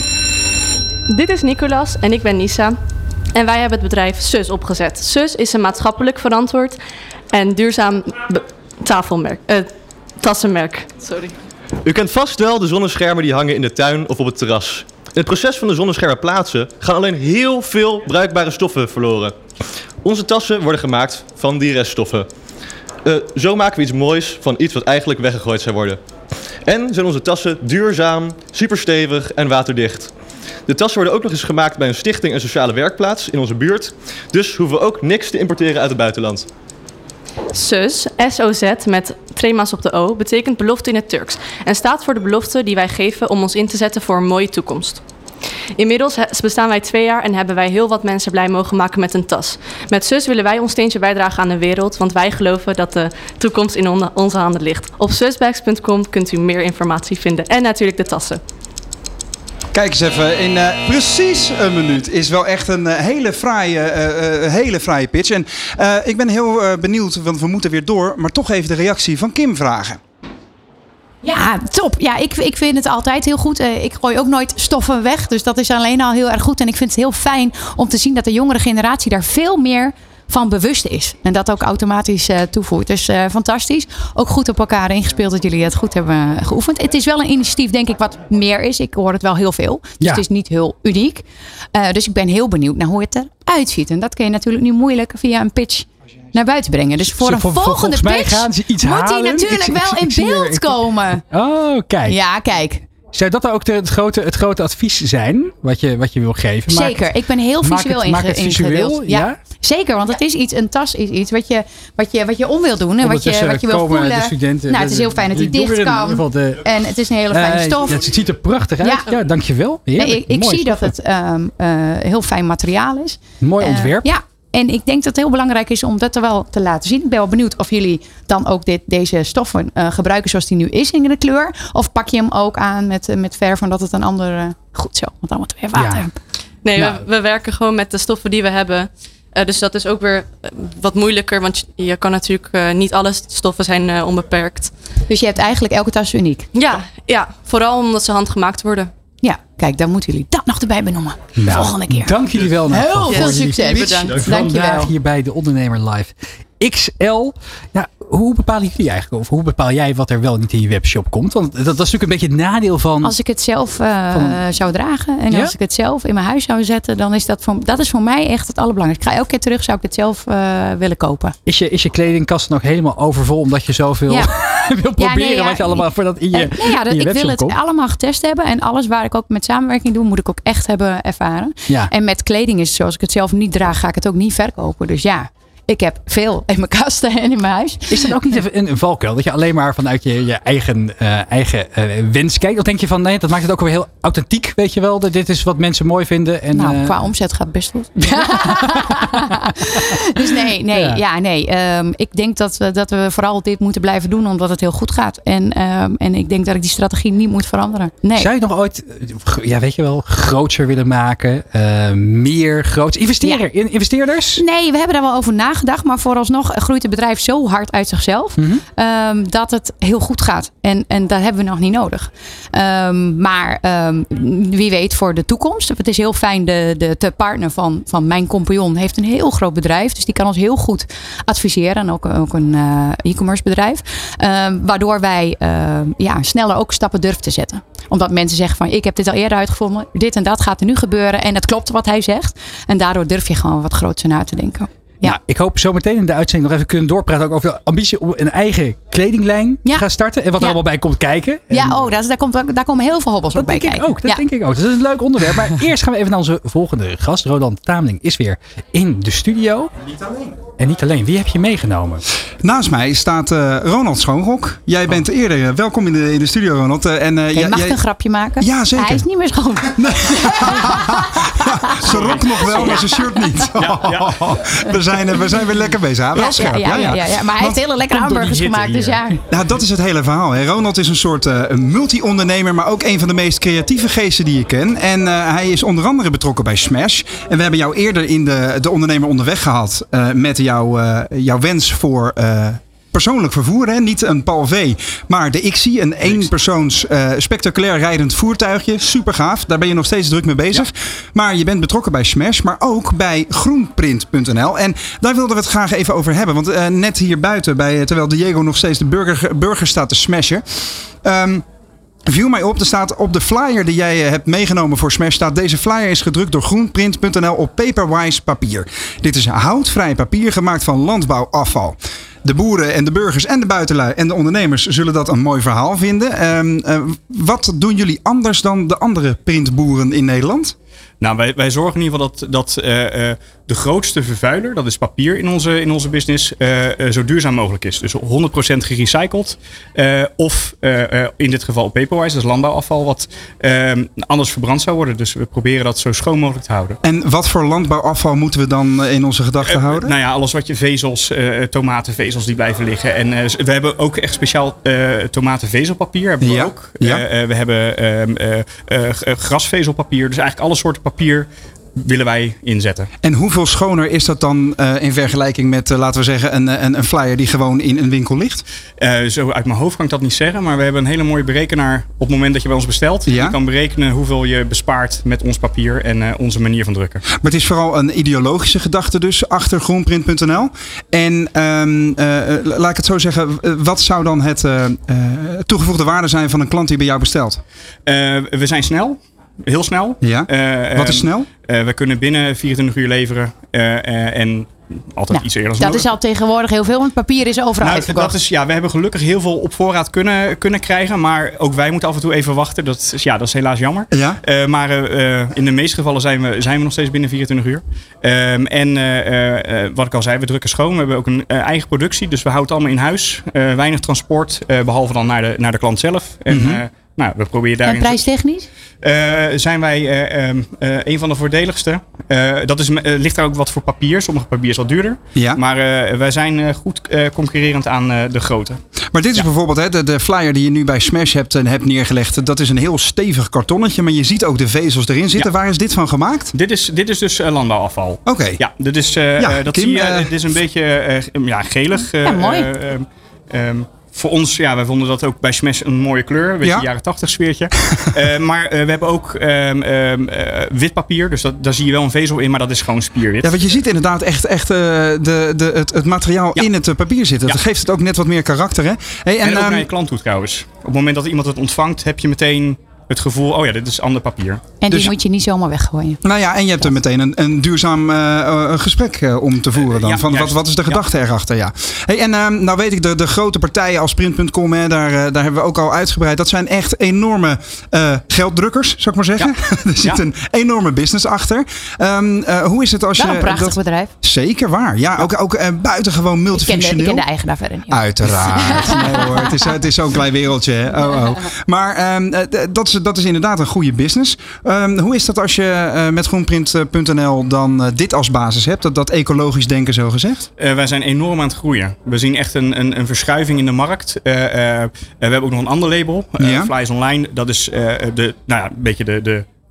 Dit is Nicolas en ik ben Nisa. En wij hebben het bedrijf Sus opgezet. Sus is een maatschappelijk verantwoord en duurzaam be- tafelmerk, uh, tassenmerk. Sorry. U kent vast wel de zonneschermen die hangen in de tuin of op het terras. In het proces van de zonneschermen plaatsen gaan alleen heel veel bruikbare stoffen verloren. Onze tassen worden gemaakt van die reststoffen. Uh, zo maken we iets moois van iets wat eigenlijk weggegooid zou worden. En zijn onze tassen duurzaam, superstevig en waterdicht. De tassen worden ook nog eens gemaakt bij een stichting en sociale werkplaats in onze buurt. Dus hoeven we ook niks te importeren uit het buitenland. Sus, S O Z met trema's op de O, betekent belofte in het Turks. En staat voor de belofte die wij geven om ons in te zetten voor een mooie toekomst. Inmiddels bestaan wij twee jaar en hebben wij heel wat mensen blij mogen maken met een tas. Met Sus willen wij ons steentje bijdragen aan de wereld, want wij geloven dat de toekomst in onze handen ligt. Op susbags punt com kunt u meer informatie vinden en natuurlijk de tassen. Kijk eens even, in uh, precies een minuut is wel echt een uh, hele, fraaie, uh, uh, hele fraaie pitch. En uh, ik ben heel uh, benieuwd, want we moeten weer door, maar toch even de reactie van Kim vragen. Ja, top. Ja, ik, ik vind het altijd heel goed. Uh, ik gooi ook nooit stoffen weg, dus dat is alleen al heel erg goed. En ik vind het heel fijn om te zien dat de jongere generatie daar veel meer van bewust is. En dat ook automatisch uh, toevoert. Dus uh, fantastisch. Ook goed op elkaar ingespeeld dat jullie het goed hebben geoefend. Het is wel een initiatief, denk ik, wat meer is. Ik hoor het wel heel veel. Dus ja. Het is niet heel uniek. Uh, dus ik ben heel benieuwd naar hoe het eruit ziet. En dat kun je natuurlijk nu moeilijk via een pitch naar buiten brengen. Dus voor Zo, een voor, volgende voor, pitch gaan ze iets moet halen. die natuurlijk ik, wel ik, ik, in beeld ik, komen. Oh, kijk. Ja, kijk. Zou dat ook de, het, grote, het grote advies zijn wat je, wat je wil geven? Maak Zeker, het, ik ben heel visueel maak het, inge- maak het ingedeeld. Ja. ja? Zeker, want het is iets, een tas is iets wat je, wat je, wat je om wil doen en wat je, wat je wil voelen. De studenten, nou, het is heel fijn dat hij dicht kan. De, en het is een hele fijne stof. Uh, het ziet er prachtig uit. Ja, ja dankjewel. Nee, ik ik zie dat het um, uh, heel fijn materiaal is. Mooi ontwerp. Uh, ja. En ik denk dat het heel belangrijk is om dat er wel te laten zien. Ik ben wel benieuwd of jullie dan ook dit, deze stoffen uh, gebruiken zoals die nu is in de kleur. Of pak je hem ook aan met, uh, met verf, omdat het een ander... Uh, goed zo, want dan wordt het weer water. Ja. Nee, nou. we, we werken gewoon met de stoffen die we hebben. Uh, dus dat is ook weer uh, wat moeilijker. Want je, je kan natuurlijk... Uh, niet alle stoffen zijn uh, onbeperkt. Dus je hebt eigenlijk elke tas uniek? Ja, ja, vooral omdat ze handgemaakt worden. Ja, kijk, dan moeten jullie dat nog erbij benoemen. Nou, volgende keer. Dank jullie wel. Nou, Heel voor veel voor succes. Bedankt. Dank je wel. Hier bij de Ondernemer Live X L. Ja, hoe bepalen jullie eigenlijk? Of hoe bepaal jij wat er wel niet in je webshop komt? Want dat, dat is natuurlijk een beetje het nadeel van... Als ik het zelf uh, van, zou dragen en ja? als ik het zelf in mijn huis zou zetten, dan is dat voor, dat is voor mij echt het allerbelangrijkste. Ik ga elke keer terug, zou ik het zelf uh, willen kopen. Is je, is je kledingkast nog helemaal overvol omdat je zoveel ja. wil proberen ja, nee, ja, wat je allemaal voor dat in je, uh, nee, ja, dat, in je ik wil het komt? allemaal getest hebben en alles waar ik ook met samenwerking doe, moet ik ook echt hebben ervaren. Ja. En met kleding is het zo, als ik het zelf niet draag, ga ik het ook niet verkopen. Dus ja. Ik heb veel in mijn kasten en in mijn huis. Is dat ook niet even een valkuil? Dat je alleen maar vanuit je, je eigen, uh, eigen uh, wens kijkt? Of denk je van nee, dat maakt het ook weer heel authentiek, weet je wel? Dat dit is wat mensen mooi vinden. En, nou, uh... qua omzet gaat het best goed. dus nee, nee, ja, ja nee. Um, ik denk dat we, dat we vooral dit moeten blijven doen, omdat het heel goed gaat. En, um, en ik denk dat ik die strategie niet moet veranderen. Nee. Zou je nog ooit, ja, weet je wel, groter willen maken? Uh, meer groot? Investeren? Ja. In, investeerders? Nee, we hebben daar wel over nagedacht. nagedacht. Maar vooralsnog groeit het bedrijf zo hard uit zichzelf. Mm-hmm. um, dat het heel goed gaat. En, en dat hebben we nog niet nodig. Um, maar um, wie weet voor de toekomst. Het is heel fijn. De, de, de partner van, van mijn compagnon heeft een heel groot bedrijf. Dus die kan ons heel goed adviseren. En ook, ook een uh, e-commerce bedrijf. Um, waardoor wij uh, ja, sneller ook stappen durven te zetten. Omdat mensen zeggen van ik heb dit al eerder uitgevonden. Dit en dat gaat er nu gebeuren. En het klopt wat hij zegt. En daardoor durf je gewoon wat groter na te denken. Ja. Nou, ik hoop zo meteen in de uitzending nog even kunnen doorpraten ook over de ambitie om een eigen kledinglijn ja. te gaan starten. En wat er ja. allemaal bij komt kijken. En ja, oh, daar, daar, komt, daar komen heel veel hobbels op bij kijken. Ook, dat ja. denk ik ook. Dus dat is een leuk onderwerp. Maar eerst gaan we even naar onze volgende gast. Roland Tameling is weer in de studio. Niet alleen. En niet alleen. Wie heb je meegenomen? Naast mij staat uh, Ronald Schoonrok. Jij bent oh. eerder uh, welkom in de, in de studio, Ronald. Uh, en, uh, je mag jij... een grapje maken? Ja, zeker. Hij is niet meer schoon. Nee. ja, zijn rok nog wel, maar zijn shirt niet. Ja, ja. we, zijn, uh, we zijn weer lekker bezig. Ja, wel scherp. Ja, ja, ja, ja, ja. Maar hij Want, heeft hele lekkere hamburgers gemaakt. Dus ja. Nou, dat is het hele verhaal. Hè. Ronald is een soort uh, multi-ondernemer, maar ook een van de meest creatieve geesten die je ken. En uh, hij is onder andere betrokken bij Smash. En we hebben jou eerder in de, de ondernemer onderweg gehad uh, met jouw uh, jouw wens voor uh, persoonlijk vervoer. Hè? Niet een Paul V, maar de X I. Een eenpersoons uh, spectaculair rijdend voertuigje. Super gaaf. Daar ben je nog steeds druk mee bezig. Ja. Maar je bent betrokken bij Smash, maar ook bij groenprint punt n l. En daar wilden we het graag even over hebben. Want uh, net hier buiten, bij, terwijl Diego nog steeds de burger, burger staat te smashen. Um, Viel mij op, er staat op de flyer die jij hebt meegenomen voor Smash, staat deze flyer is gedrukt door groenprint punt n l op Paperwise papier. Dit is houtvrij papier gemaakt van landbouwafval. De boeren en de burgers en de buitenlui en de ondernemers zullen dat een mooi verhaal vinden. Um, uh, wat doen jullie anders dan de andere printboeren in Nederland? Nou, wij, wij zorgen in ieder geval dat, dat uh, uh, de grootste vervuiler, dat is papier in onze, in onze business, uh, uh, zo duurzaam mogelijk is. Dus honderd procent gerecycled. Uh, of uh, uh, in dit geval Paperwise, dat is landbouwafval, wat uh, anders verbrand zou worden. Dus we proberen dat zo schoon mogelijk te houden. En wat voor landbouwafval moeten we dan in onze gedachten uh, houden? Nou ja, alles wat je vezels, uh, tomatenvezels die blijven liggen. En uh, we hebben ook echt speciaal uh, tomatenvezelpapier. Hebben we ja. ook. Ja. Uh, uh, we hebben uh, uh, uh, grasvezelpapier. Dus eigenlijk alle soorten papier willen wij inzetten. En hoeveel schoner is dat dan uh, in vergelijking met, uh, laten we zeggen, een, een, een flyer die gewoon in een winkel ligt? Uh, zo uit mijn hoofd kan ik dat niet zeggen, maar we hebben een hele mooie berekenaar op het moment dat je bij ons bestelt. Ja? Je kan berekenen hoeveel je bespaart met ons papier en uh, onze manier van drukken. Maar het is vooral een ideologische gedachte dus achter groenprint punt n l. En um, uh, laat ik het zo zeggen, wat zou dan het uh, uh, toegevoegde waarde zijn van een klant die bij jou bestelt? Uh, we zijn snel. Heel snel. Ja. Uh, Wat is snel? Uh, we kunnen binnen vierentwintig uur leveren. Uh, uh, en altijd nou, iets eerder. Dat nodig. Is al tegenwoordig heel veel, want papier is overal nou, uitverkocht. Dat is, ja, we hebben gelukkig heel veel op voorraad kunnen, kunnen krijgen. Maar ook wij moeten af en toe even wachten. Dat is, ja, dat is helaas jammer. Ja? Uh, maar uh, in de meeste gevallen zijn we, zijn we nog steeds binnen vierentwintig uur. Um, en uh, uh, wat ik al zei, we drukken schoon. We hebben ook een uh, eigen productie. Dus we houden het allemaal in huis. Uh, weinig transport. Uh, behalve dan naar de, naar de klant zelf. En, mm-hmm. uh, Nou, we proberen daarin. En prijstechnisch? Uh, zijn wij uh, um, uh, een van de voordeligste. Uh, dat is, uh, ligt daar ook wat voor papier. Sommige papier is wat duurder. Ja. Maar uh, wij zijn uh, goed uh, concurrerend aan uh, de grote. Maar dit is ja. bijvoorbeeld hè, de, de flyer die je nu bij Smash hebt, uh, hebt neergelegd. Dat is een heel stevig kartonnetje. Maar je ziet ook de vezels erin zitten. Ja. Waar is dit van gemaakt? Dit is, dit is dus uh, landbouwafval. Oké. Okay. Ja, dit is, uh, ja, uh, dat Kim, zie je. Uh, dit is een beetje uh, ja, gelig. Uh, ja, mooi. Uh, uh, um, Voor ons, ja, wij vonden dat ook bij Smash een mooie kleur. Een beetje ja? jaren tachtig sfeertje. uh, maar uh, we hebben ook um, um, uh, wit papier. Dus dat, daar zie je wel een vezel in, maar dat is gewoon spierwit. Ja, want je ziet inderdaad echt, echt uh, de, de, het, het materiaal ja. in het uh, papier zitten. Ja. Dat geeft het ook net wat meer karakter. Hè? Hey, en en ook um, naar je klant toe trouwens. Op het moment dat iemand het ontvangt, heb je meteen het gevoel, oh ja, dit is ander papier. En die dus, moet je niet zomaar weggooien. Nou ja, en je hebt er meteen een, een duurzaam uh, gesprek uh, om te voeren dan. Uh, ja, van, wat, wat is de gedachte ja. erachter? Ja. Hey, en uh, nou weet ik, de, de grote partijen als print punt com, hè, daar, uh, daar hebben we ook al uitgebreid. Dat zijn echt enorme uh, gelddrukkers, zou ik maar zeggen. Ja. er zit ja. een enorme business achter. Um, uh, hoe is het als wel je... een prachtig dat, bedrijf. Zeker waar. Ja, ja. ook, ook uh, buitengewoon multifunctioneel. Ik ken de, ik ken de eigenaar verder niet. Uiteraard. nee, hoor, het, is, het is zo'n klein wereldje. Hè. Oh, oh. Maar um, uh, dat, is, dat is inderdaad een goede business. Um, hoe is dat als je uh, met groenprint punt n l dan uh, dit als basis hebt? Dat, dat ecologisch denken zo gezegd? Uh, wij zijn enorm aan het groeien. We zien echt een, een, een verschuiving in de markt. Uh, uh, we hebben ook nog een ander label. Uh, ja? Flyers Online. Dat is uh, de, nou ja, een beetje de... de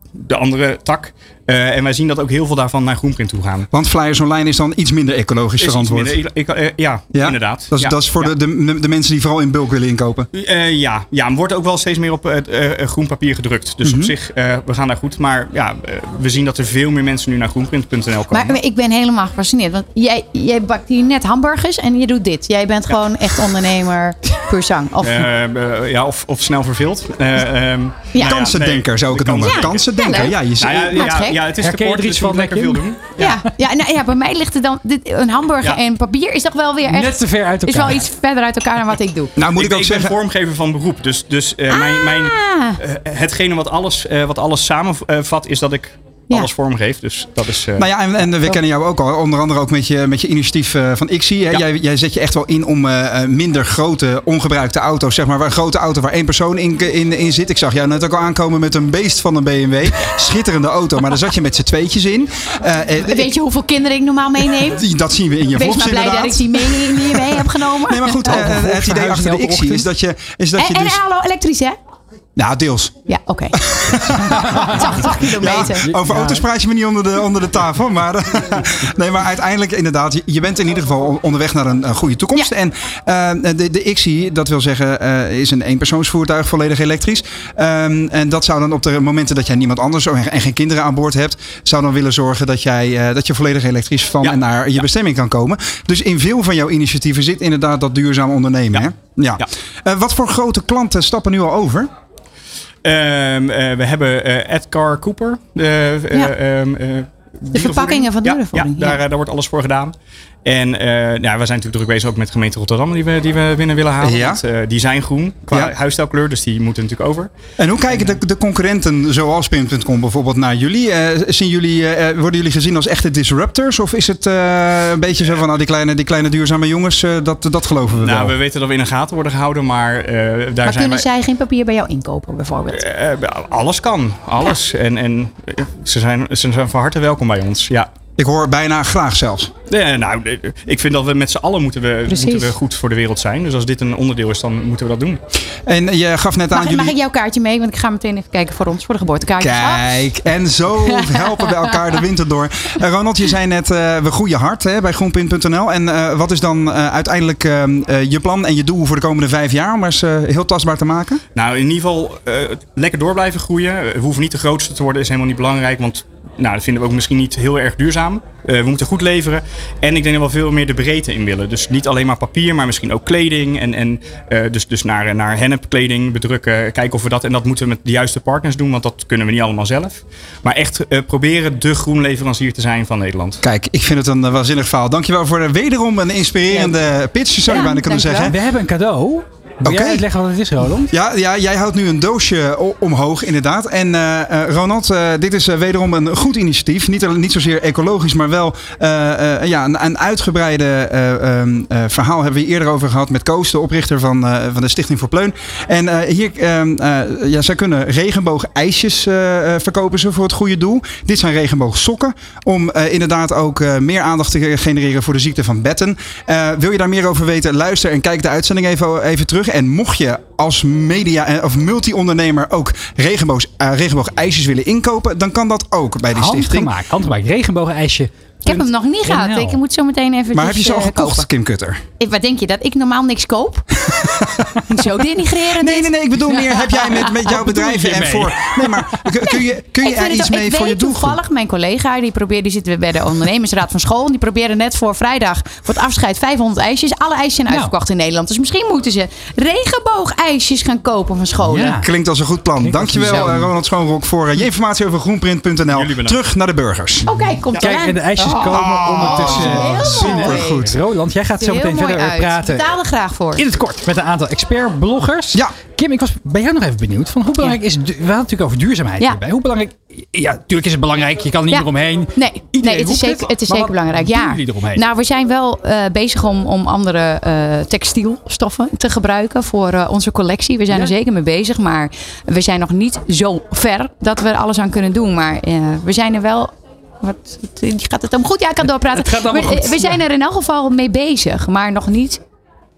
de andere tak. Uh, en wij zien dat ook heel veel daarvan naar Groenprint toe gaan. Want Flyers Online is dan iets minder ecologisch is verantwoord. Minder, ik, uh, ja, ja, inderdaad. Dat is, ja, dat is voor ja. de, de, de mensen die vooral in bulk willen inkopen. Uh, ja, ja, er wordt ook wel steeds meer op uh, uh, groen papier gedrukt. Dus mm-hmm. op zich, uh, we gaan daar goed. Maar ja, uh, we zien dat er veel meer mensen nu naar groenprint punt n l komen. Maar ik ben helemaal gefascineerd. Want jij, jij bakt hier net hamburgers en je doet dit. Jij bent ja. gewoon echt ondernemer puur zang. Of, uh, uh, ja, of, of snel verveeld. Uh, um, ja. Kansendenker nee, zou ik het noemen. Ja. Kansendenker, ja. Je nou ja, ja, ja, ja, het is geport, dus van lekker veel doen. Ja, ja, ja, nou, ja, bij mij ligt er dan dit, een hamburger ja. en papier is toch wel weer echt... Net te ver uit elkaar. Is wel iets verder uit elkaar dan wat ik doe. Nou, moet ik, ik ook ik zeggen... ben vormgever van beroep. Dus, dus uh, ah. mijn, mijn, uh, hetgene wat alles, uh, wat alles samenvat is dat ik... Ja. alles vormgeef, dus dat is... Uh... Nou ja, en, en we kennen jou ook al, onder andere ook met je, met je initiatief uh, van I C S I. Hè? Ja. Jij, jij zet je echt wel in om uh, minder grote, ongebruikte auto's, zeg maar, waar een grote auto waar één persoon in, in, in zit. Ik zag jou net ook al aankomen met een beest van een B M W. Schitterende auto, maar daar zat je met z'n tweetjes in. Uh, Weet je hoeveel kinderen ik normaal meeneem? Dat zien we in je vlogs inderdaad. Wees maar blij dat ik die mee, mee, mee heb genomen. Nee, maar goed, uh, uh, het idee achter de I C S I is dat je... Is dat en je en dus... hallo, elektrisch, hè? Nou, deels. Ja, oké. Okay. tachtig kilometer. Ja, over auto's praat je me niet onder de, onder de tafel. Maar, nee, maar uiteindelijk inderdaad, je, je bent in ieder geval onderweg naar een, een goede toekomst. Ja. En uh, de, de I C S I, dat wil zeggen, uh, is een eenpersoonsvoertuig, volledig elektrisch. Um, en dat zou dan op de momenten dat jij niemand anders en geen kinderen aan boord hebt, zou dan willen zorgen dat, jij, uh, dat je volledig elektrisch van ja. en naar je ja. bestemming kan komen. Dus in veel van jouw initiatieven zit inderdaad dat duurzaam ondernemen. Ja. Hè? Ja. Ja. Uh, wat voor grote klanten stappen nu al over? Um, uh, we hebben uh, Edgar Cooper. De, uh, ja. um, uh, de verpakkingen van dierenvoeding. Ja, ja, daar, ja. daar wordt alles voor gedaan. En uh, ja, we zijn natuurlijk druk bezig ook met gemeente Rotterdam die we, die we binnen willen halen. Ja. Want, uh, die zijn groen qua ja. huisstijlkleur, dus die moeten natuurlijk over. En hoe kijken de, de concurrenten zoals Pim punt com bijvoorbeeld naar jullie? Uh, zien jullie uh, worden jullie gezien als echte disruptors? Of is het uh, een beetje zo van nou, die, kleine, die kleine duurzame jongens, uh, dat, dat geloven we nou, wel? We weten dat we in de gaten worden gehouden, maar uh, daar maar zijn kunnen wij... zij geen papier bij jou inkopen bijvoorbeeld? Uh, alles kan, alles. Ja. En, en ze, zijn, ze zijn van harte welkom bij ons, ja. Ik hoor bijna graag zelfs. Nee, nou, ik vind dat we met z'n allen moeten we, moeten we goed voor de wereld zijn. Dus als dit een onderdeel is, dan moeten we dat doen. En je gaf net aan mag, jullie... Mag ik jouw kaartje mee? Want ik ga meteen even kijken voor ons, voor de geboortekaartjes. Kijk, en zo helpen we elkaar de winter door. Uh, Ronald, je zei net, uh, we groeien hard hè, bij groenprint punt n l. En uh, wat is dan uh, uiteindelijk uh, uh, je plan en je doel voor de komende vijf jaar? Om eens uh, heel tastbaar te maken. Nou, in ieder geval uh, lekker door blijven groeien. We hoeven niet de grootste te worden, is helemaal niet belangrijk. Want nou, dat vinden we ook misschien niet heel erg duurzaam. Uh, we moeten goed leveren. En ik denk dat we veel meer de breedte in willen. Dus niet alleen maar papier, maar misschien ook kleding. En, en uh, dus, dus naar, naar hennepkleding bedrukken. Kijken of we dat... En dat moeten we met de juiste partners doen. Want dat kunnen we niet allemaal zelf. Maar echt uh, proberen de groenleverancier te zijn van Nederland. Kijk, ik vind het een uh, waanzinnig verhaal. Dankjewel voor uh, wederom een inspirerende ja. pitch. Zou je ja, bijna kunnen zeggen. We hebben een cadeau. Wil okay. jij uitleggen wat het is, Roland? Ja, ja, jij houdt nu een doosje omhoog, inderdaad. En uh, Ronald, uh, dit is uh, wederom een goed initiatief. Niet, niet zozeer ecologisch, maar wel uh, uh, ja, een, een uitgebreide uh, um, uh, verhaal hebben we eerder over gehad met Koos, de oprichter van, uh, van de Stichting voor Pleun. En uh, hier, uh, uh, ja, zij kunnen regenboogijsjes uh, verkopen ze voor het goede doel. Dit zijn regenboogsokken om uh, inderdaad ook uh, meer aandacht te genereren voor de ziekte van Betten. Uh, wil je daar meer over weten? Luister en kijk de uitzending even, even terug. En mocht je als media- of multi-ondernemer ook regenboog, uh, regenboogijsjes willen inkopen, dan kan dat ook bij die stichting. Handgemaakt, handgemaakt regenboogijsje. Ik heb hem nog niet gehad. Ik moet zo meteen even. Maar heb je ze al uh, gekocht, kopen. Kim Kutter? Ik, wat denk je, dat ik normaal niks koop? Zo denigreren. Nee, nee, nee. Ik bedoel meer, heb jij met, met jouw bedrijven en voor... Nee, maar kun je, kun je er iets het, mee voor je doelgroep? Toevallig, mijn collega, die, probeert, die zitten bij de ondernemersraad van school. Die proberen net voor vrijdag, voor het afscheid, vijfhonderd ijsjes. Alle ijsjes zijn uitverkocht nou. in Nederland. Dus misschien moeten ze regenboogijsjes gaan kopen van scholen. Ja. Klinkt als een goed plan. Klinkt Dankjewel, uh, Ronald Schoonrok, voor uh, je informatie over groenprint punt n l. Terug naar de burgers. Oké, okay, komt Kijk, en de ijsjes oh. komen ondertussen. Oh, Supergoed. Roland, jij gaat zo meteen verder uit. praten. Ik betaal er graag voor. In het kort met een aantal expert-bloggers. Ja. Kim, ik was bij jou nog even benieuwd. Van hoe belangrijk ja. is... We hadden het natuurlijk over duurzaamheid ja. hierbij. Hoe belangrijk... Ja, natuurlijk is het belangrijk. Je kan er niet ja. meer omheen. Nee, nee het is zeker, het is zeker belangrijk. Ja. Nou, we zijn wel uh, bezig om, om andere uh, textielstoffen te gebruiken voor uh, onze collectie. We zijn ja. er zeker mee bezig. Maar we zijn nog niet zo ver dat we er alles aan kunnen doen. Maar uh, we zijn er wel... Wat, gaat het om? Goed, ja, ik kan doorpraten. Het gaat allemaal we, goed. we zijn er in elk geval mee bezig. Maar nog niet...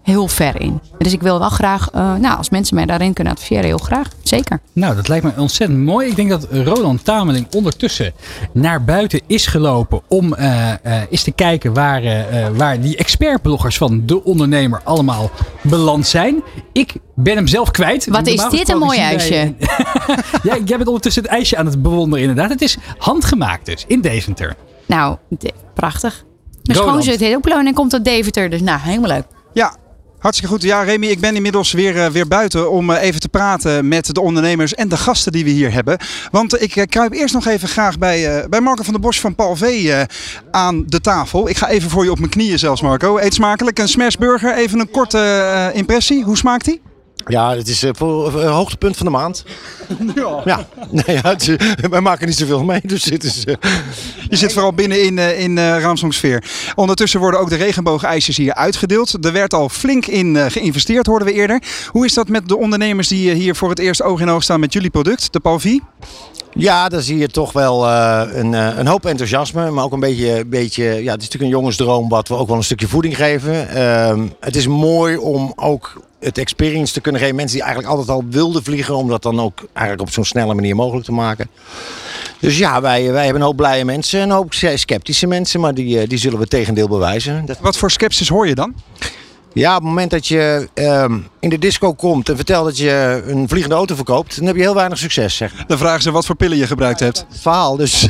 heel ver in. Dus ik wil wel graag, uh, nou, als mensen mij daarin kunnen adviseren, heel graag. Zeker. Nou, dat lijkt me ontzettend mooi. Ik denk dat Roland Tameling ondertussen naar buiten is gelopen om uh, uh, eens te kijken waar, uh, waar die expertbloggers van De Ondernemer allemaal beland zijn. Ik ben hem zelf kwijt. Wat is dit een mooi ijsje? Ja, jij bent ondertussen het ijsje aan het bewonderen inderdaad. Het is handgemaakt dus, in Deventer. Nou, de, prachtig. Mijn schoonzus heet ook Loon en komt uit Deventer. Dus nou, helemaal leuk. Ja. Hartstikke goed. Ja, Remy, ik ben inmiddels weer, uh, weer buiten om uh, even te praten met de ondernemers en de gasten die we hier hebben. Want uh, ik uh, kruip eerst nog even graag bij, uh, bij Marco van der Bosch van Paul V uh, aan de tafel. Ik ga even voor je op mijn knieën zelfs, Marco. Eet smakelijk. Een smashburger. Even een korte uh, impressie. Hoe smaakt die? Ja, het is uh, voor uh, hoogtepunt van de maand. Ja. Ja. Nee, ja het is, uh, wij maken niet zoveel mee, dus dit is... Uh... Je zit vooral binnen in, uh, in uh, Ramshongsfeer. Ondertussen worden ook de regenboogijsjes hier uitgedeeld. Er werd al flink in uh, geïnvesteerd, hoorden we eerder. Hoe is dat met de ondernemers die uh, hier voor het eerst oog in oog staan met jullie product, de Paul V? Ja, daar zie je toch wel uh, een, uh, een hoop enthousiasme, maar ook een beetje, beetje, ja, het is natuurlijk een jongensdroom wat we ook wel een stukje voeding geven. Uh, het is mooi om ook het experience te kunnen geven. Mensen die eigenlijk altijd al wilden vliegen, om dat dan ook eigenlijk op zo'n snelle manier mogelijk te maken. Dus ja, wij, wij hebben een hoop blije mensen en een hoop sceptische mensen, maar die, die zullen we het tegendeel bewijzen. Dat... Wat voor sceptisch hoor je dan? Ja, op het moment dat je um, in de disco komt en vertelt dat je een vliegende auto verkoopt, dan heb je heel weinig succes, zeg. Dan vragen ze wat voor pillen je gebruikt hebt. Ja, het verhaal, dus...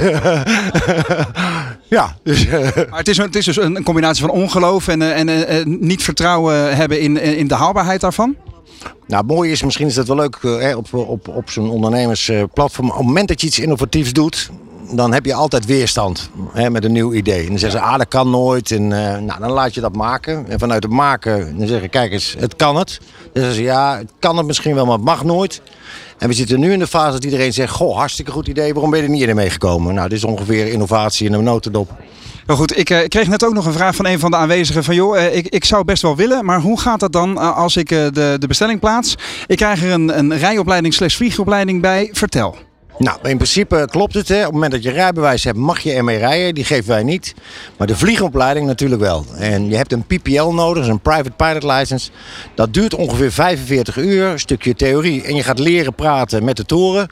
ja, dus... Uh... Maar het is, het is dus een combinatie van ongeloof en, en uh, niet vertrouwen hebben in, in de haalbaarheid daarvan? Nou, mooi is, misschien is dat wel leuk uh, op, op, op zo'n ondernemersplatform. Op het moment dat je iets innovatiefs doet, dan heb je altijd weerstand, hè, met een nieuw idee. En dan zeggen ze, ah, dat kan nooit. En uh, nou, dan laat je dat maken. En vanuit het maken, dan zeggen kijk eens, het kan het. Dan zeggen ze, ja, het kan het misschien wel, maar het mag nooit. En we zitten nu in de fase dat iedereen zegt, goh, hartstikke goed idee, waarom ben je er niet eerder mee gekomen? Nou, dit is ongeveer innovatie in een notendop. Nou goed, ik uh, kreeg net ook nog een vraag van een van de aanwezigen van joh, uh, ik, ik zou best wel willen, maar hoe gaat dat dan uh, als ik uh, de, de bestelling plaats? Ik krijg er een, een rijopleiding slash vliegopleiding bij. Vertel. Nou, in principe klopt het. Hè. Op het moment dat je rijbewijs hebt, mag je ermee rijden. Die geven wij niet. Maar de vliegopleiding natuurlijk wel. En je hebt een P P L nodig, dus een Private Pilot License. Dat duurt ongeveer vijfenveertig uur, een stukje theorie. En je gaat leren praten met de toren.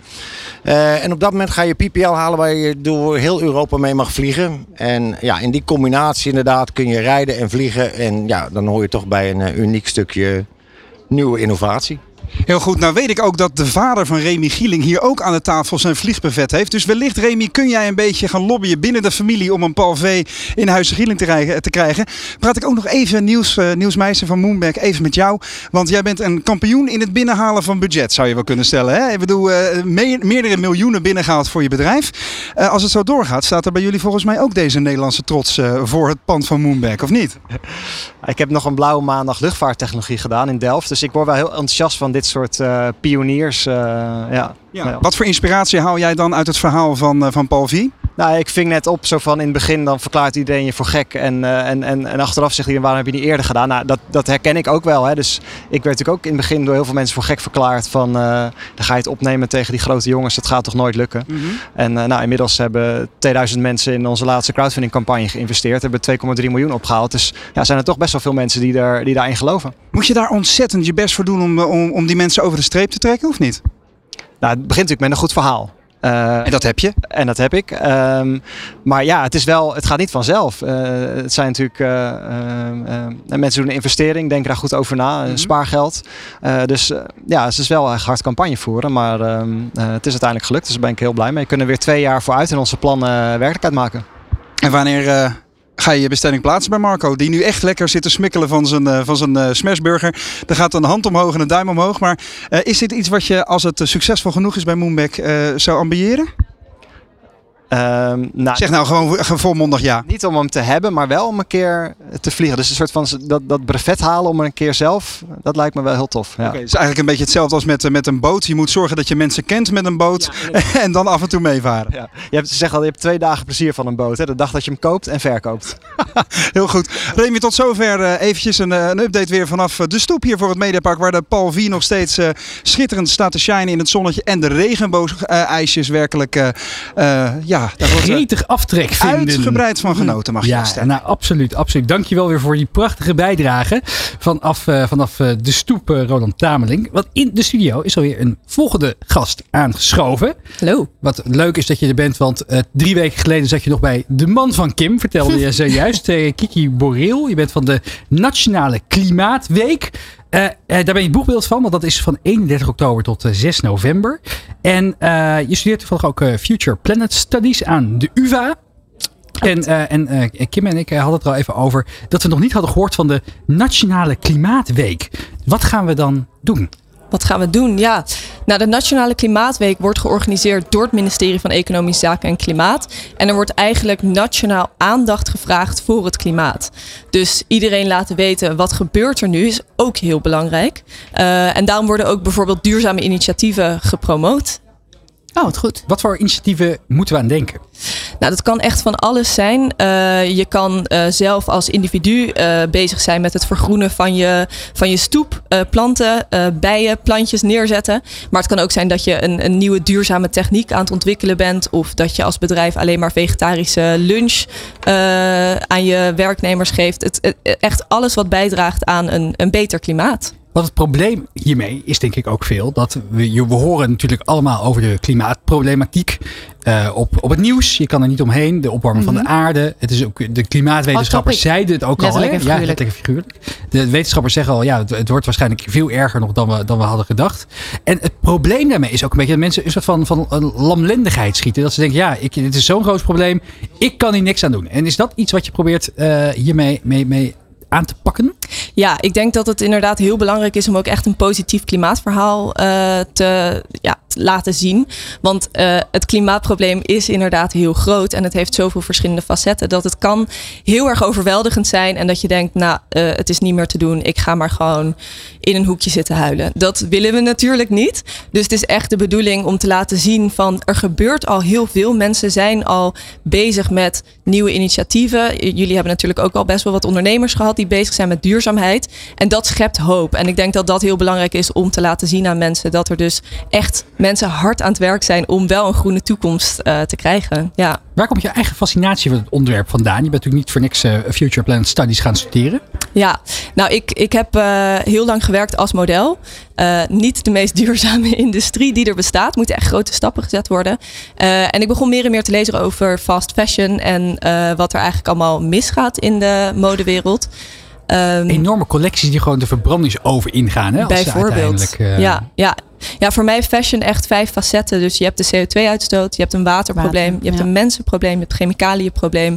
Uh, en op dat moment ga je P P L halen waar je door heel Europa mee mag vliegen. En ja, in die combinatie inderdaad kun je rijden en vliegen. En ja, dan hoor je toch bij een uh, uniek stukje nieuwe innovatie. Heel goed, nou weet ik ook dat de vader van Remy Gieling hier ook aan de tafel zijn vliegbuffet heeft. Dus wellicht, Remy, kun jij een beetje gaan lobbyen binnen de familie om een Paul V in Huizen Gieling te krijgen, te krijgen. Praat ik ook nog even, Niels, uh, Niels Meijsen van Moonback, even met jou. Want jij bent een kampioen in het binnenhalen van budget, zou je wel kunnen stellen. Hè? Ik bedoel, uh, me meerdere miljoenen binnengehaald voor je bedrijf. Uh, als het zo doorgaat, staat er bij jullie volgens mij ook deze Nederlandse trots uh, voor het pand van Moonback, of niet? Ik heb nog een blauwe maandag luchtvaarttechnologie gedaan in Delft. Dus ik word wel heel enthousiast van dit soort uh, pioniers. Uh, ja. Ja. Wat voor inspiratie haal jij dan uit het verhaal van, uh, van Paul V? Nou, ik ving net op zo van in het begin dan verklaart iedereen je voor gek. En, uh, en, en, en achteraf zegt iedereen, waarom heb je niet eerder gedaan? Nou, dat, dat herken ik ook wel. Hè. Dus ik werd natuurlijk ook in het begin door heel veel mensen voor gek verklaard. Van, uh, dan ga je het opnemen tegen die grote jongens. Dat gaat toch nooit lukken? Mm-hmm. En uh, nou, inmiddels hebben tweeduizend mensen in onze laatste crowdfunding campagne geïnvesteerd. Hebben twee komma drie miljoen opgehaald. Dus ja, zijn er toch best wel veel mensen die, daar, die daarin geloven. Moet je daar ontzettend je best voor doen om, om, om die mensen over de streep te trekken, of niet? Nou, het begint natuurlijk met een goed verhaal. Uh, en dat heb je? En dat heb ik. Um, maar ja, het is wel, het gaat niet vanzelf. Uh, het zijn natuurlijk uh, uh, uh, mensen doen een investering, denken daar goed over na, mm-hmm. spaargeld. Uh, dus uh, ja, het is wel echt hard campagne voeren, maar uh, uh, het is uiteindelijk gelukt. Dus daar ben ik heel blij mee. We kunnen weer twee jaar vooruit en onze plannen uh, werkelijkheid maken. En wanneer uh, ga je je bestelling plaatsen bij Marco, die nu echt lekker zit te smikkelen van zijn, uh, van zijn uh, smashburger. Er gaat een hand omhoog en een duim omhoog. Maar uh, is dit iets wat je, als het uh, succesvol genoeg is bij Moonback, uh, zou ambiëren? Um, nou, zeg nou gewoon volmondig ja. Niet om hem te hebben, maar wel om een keer te vliegen. Dus een soort van dat, dat brevet halen om een keer zelf, dat lijkt me wel heel tof. Ja. Okay, het is eigenlijk een beetje hetzelfde als met, met een boot. Je moet zorgen dat je mensen kent met een boot ja, en dan af en toe meevaren. Ja. Je hebt, ze zeggen al, je hebt twee dagen plezier van een boot. Hè? De dag dat je hem koopt en verkoopt. Heel goed. Remy, tot zover uh, eventjes een, uh, een update weer vanaf de stoep hier voor het Mediapark. Waar de Paul V nog steeds uh, schitterend staat te shinen in het zonnetje. En de regenboogijsjes uh, werkelijk uh, uh, ja, Ja, daar wordt gretig aftrek vinden. Uitgebreid van genoten, mag je ja, stellen. Nou, absoluut, absoluut. Dankjewel weer voor die prachtige bijdrage vanaf, uh, vanaf uh, de stoep, uh, Roland Tameling. Want in de studio is alweer een volgende gast aangeschoven. Hallo. Wat leuk is dat je er bent, want uh, drie weken geleden zat je nog bij de man van Kim, vertelde je zojuist. uh, Kiki Boreel, je bent van de Nationale Klimaatweek. Uh, uh, daar ben je het boekbeeld van, want dat is van eenendertig oktober tot uh, zes november. En uh, je studeert toevallig ook uh, Future Planet Studies aan de U vA. En, uh, en uh, Kim en ik hadden het er al even over dat we nog niet hadden gehoord van de Nationale Klimaatweek. Wat gaan we dan doen? Wat gaan we doen? Ja, nou, de Nationale Klimaatweek wordt georganiseerd door het ministerie van Economische Zaken en Klimaat. En er wordt eigenlijk nationaal aandacht gevraagd voor het klimaat. Dus iedereen laten weten wat gebeurt er nu is ook heel belangrijk. Uh, en daarom worden ook bijvoorbeeld duurzame initiatieven gepromoot. Oh, wat goed. Wat voor initiatieven moeten we aan denken? Nou, dat kan echt van alles zijn. Uh, je kan uh, zelf als individu uh, bezig zijn met het vergroenen van je, van je stoep. Uh, planten, uh, bijen, plantjes neerzetten. Maar het kan ook zijn dat je een, een nieuwe duurzame techniek aan het ontwikkelen bent. Of dat je als bedrijf alleen maar vegetarische lunch uh, aan je werknemers geeft. Het, het, echt alles wat bijdraagt aan een, een beter klimaat. Wat het probleem hiermee is denk ik ook veel. Dat we, we horen natuurlijk allemaal over de klimaatproblematiek uh, op, op het nieuws. Je kan er niet omheen. De opwarming mm-hmm. van de aarde. Het is ook, de klimaatwetenschappers oh, zeiden het ook letterlijk al. En ja, letterlijk en figuurlijk. De wetenschappers zeggen al, ja, het, het wordt waarschijnlijk veel erger nog dan we, dan we hadden gedacht. En het probleem daarmee is ook een beetje dat mensen een soort van, van een lamlendigheid schieten. Dat ze denken, ja, ik, dit is zo'n groot probleem. Ik kan hier niks aan doen. En is dat iets wat je probeert uh, hiermee mee, mee aan te pakken? Ja, ik denk dat het inderdaad heel belangrijk is om ook echt een positief klimaatverhaal uh, te, ja, te laten zien. Want uh, het klimaatprobleem is inderdaad heel groot en het heeft zoveel verschillende facetten dat het kan heel erg overweldigend zijn en dat je denkt, nou, uh, het is niet meer te doen. Ik ga maar gewoon in een hoekje zitten huilen. Dat willen we natuurlijk niet. Dus het is echt de bedoeling om te laten zien van er gebeurt al heel veel. Mensen zijn al bezig met nieuwe initiatieven. Jullie hebben natuurlijk ook al best wel wat ondernemers gehad die bezig zijn met duurzaamheid. En dat schept hoop. En ik denk dat dat heel belangrijk is om te laten zien aan mensen dat er dus echt mensen hard aan het werk zijn om wel een groene toekomst uh, te krijgen. Ja. Waar komt je eigen fascinatie voor het onderwerp vandaan? Je bent natuurlijk niet voor niks uh, Future Planet Studies gaan studeren. Ja, nou ik, ik heb uh, heel lang gewerkt als model. Uh, niet de meest duurzame industrie die er bestaat. Moeten echt grote stappen gezet worden. Uh, en ik begon meer en meer te lezen over fast fashion en uh, wat er eigenlijk allemaal misgaat in de modewereld. Um, Enorme collecties die gewoon de verbrandingsoven ingaan. Hè, als bijvoorbeeld. Uh... Ja, ja. ja, voor mij fashion echt vijf facetten. Dus je hebt de C O twee uitstoot, je hebt een waterprobleem, Water, je hebt ja. een mensenprobleem, je hebt een chemicaliënprobleem.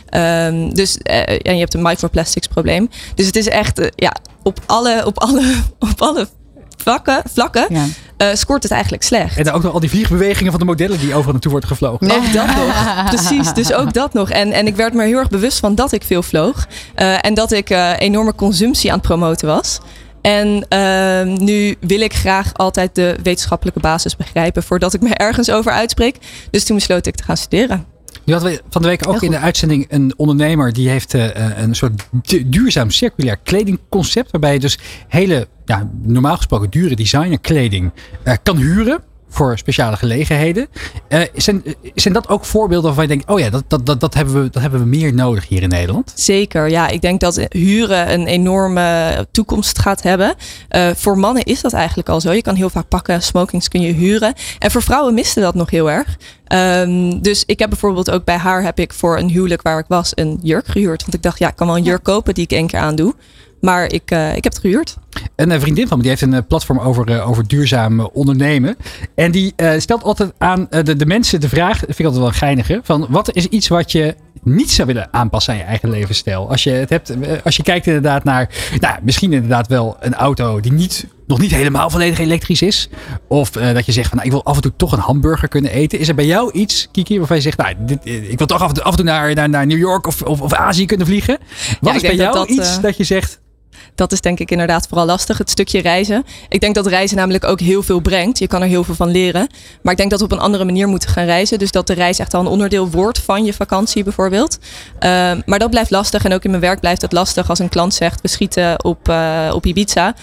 Um, dus, uh, en je hebt een microplastics probleem. Dus het is echt uh, ja, op alle, op alle, op alle vlakken, vlakken ja. uh, scoort het eigenlijk slecht. En dan ook nog al die vliegbewegingen van de modellen die overal naartoe worden gevlogen. Ook dat nog. Precies, dus ook dat nog. En, en ik werd me heel erg bewust van dat ik veel vloog. Uh, en dat ik uh, enorme consumptie aan het promoten was. En uh, nu wil ik graag altijd de wetenschappelijke basis begrijpen voordat ik me ergens over uitspreek. Dus toen besloot ik te gaan studeren. Nu hadden we van de week ook in de uitzending een ondernemer die heeft uh, een soort duurzaam circulair kledingconcept. Waarbij je dus hele, ja, normaal gesproken dure designerkleding uh, kan huren voor speciale gelegenheden. Uh, zijn, zijn dat ook voorbeelden waarvan je denkt, oh ja, dat, dat, dat, dat, hebben we, dat hebben we meer nodig hier in Nederland? Zeker, ja. Ik denk dat huren een enorme toekomst gaat hebben. Uh, voor mannen is dat eigenlijk al zo. Je kan heel vaak pakken, smokings kun je huren. En voor vrouwen miste dat nog heel erg. Um, dus ik heb bijvoorbeeld ook bij haar heb ik voor een huwelijk waar ik was een jurk gehuurd. Want ik dacht, ja, ik kan wel een jurk kopen die ik één keer aandoe. Maar ik, uh, ik heb het gehuurd. Een vriendin van me die heeft een platform over, uh, over duurzaam ondernemen. En die uh, stelt altijd aan uh, de, de mensen de vraag, dat vind ik altijd wel geinige, van wat is iets wat je niet zou willen aanpassen aan je eigen levensstijl? Als je het hebt, als je kijkt inderdaad naar, nou, misschien inderdaad wel een auto die niet, nog niet helemaal volledig elektrisch is. Of uh, dat je zegt van, nou, ik wil af en toe toch een hamburger kunnen eten. Is er bij jou iets, Kiki, waarvan je zegt, nou, dit, ik wil toch af en toe, af en toe naar, naar, naar New York of, of, of Azië kunnen vliegen? Wat ja, is bij jou dat dat, iets uh... dat je zegt, dat is denk ik inderdaad vooral lastig, het stukje reizen. Ik denk dat reizen namelijk ook heel veel brengt. Je kan er heel veel van leren. Maar ik denk dat we op een andere manier moeten gaan reizen. Dus dat de reis echt al een onderdeel wordt van je vakantie bijvoorbeeld. Uh, maar dat blijft lastig. En ook in mijn werk blijft het lastig als een klant zegt, we schieten op, uh, op Ibiza.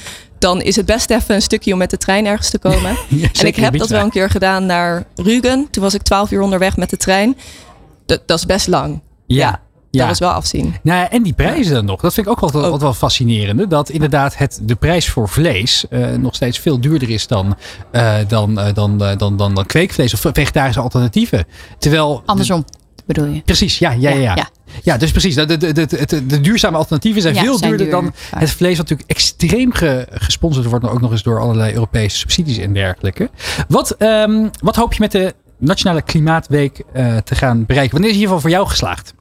dan is het best even een stukje om met de trein ergens te komen. Ja, en ik heb dat wel een keer gedaan naar Rügen. Toen was ik twaalf uur onderweg met de trein. Dat, dat is best lang. Ja. ja. Ja. Dat was wel afzien. Nou, en die prijzen dan nog. Dat vind ik ook wel, wel, wel fascinerend. Dat inderdaad het, de prijs voor vlees uh, nog steeds veel duurder is dan, uh, dan, uh, dan, uh, dan, dan, dan kweekvlees of vegetarische alternatieven. Terwijl andersom bedoel je? Precies, ja. Ja, ja, ja. ja. ja dus precies. De, de, de, de, de duurzame alternatieven zijn ja, veel zijn duurder duur. dan het vlees. Wat natuurlijk extreem ge, gesponsord wordt. Maar ook nog eens door allerlei Europese subsidies en dergelijke. Wat, um, wat hoop je met de Nationale Klimaatweek uh, te gaan bereiken? Wanneer is in ieder geval voor jou geslaagd?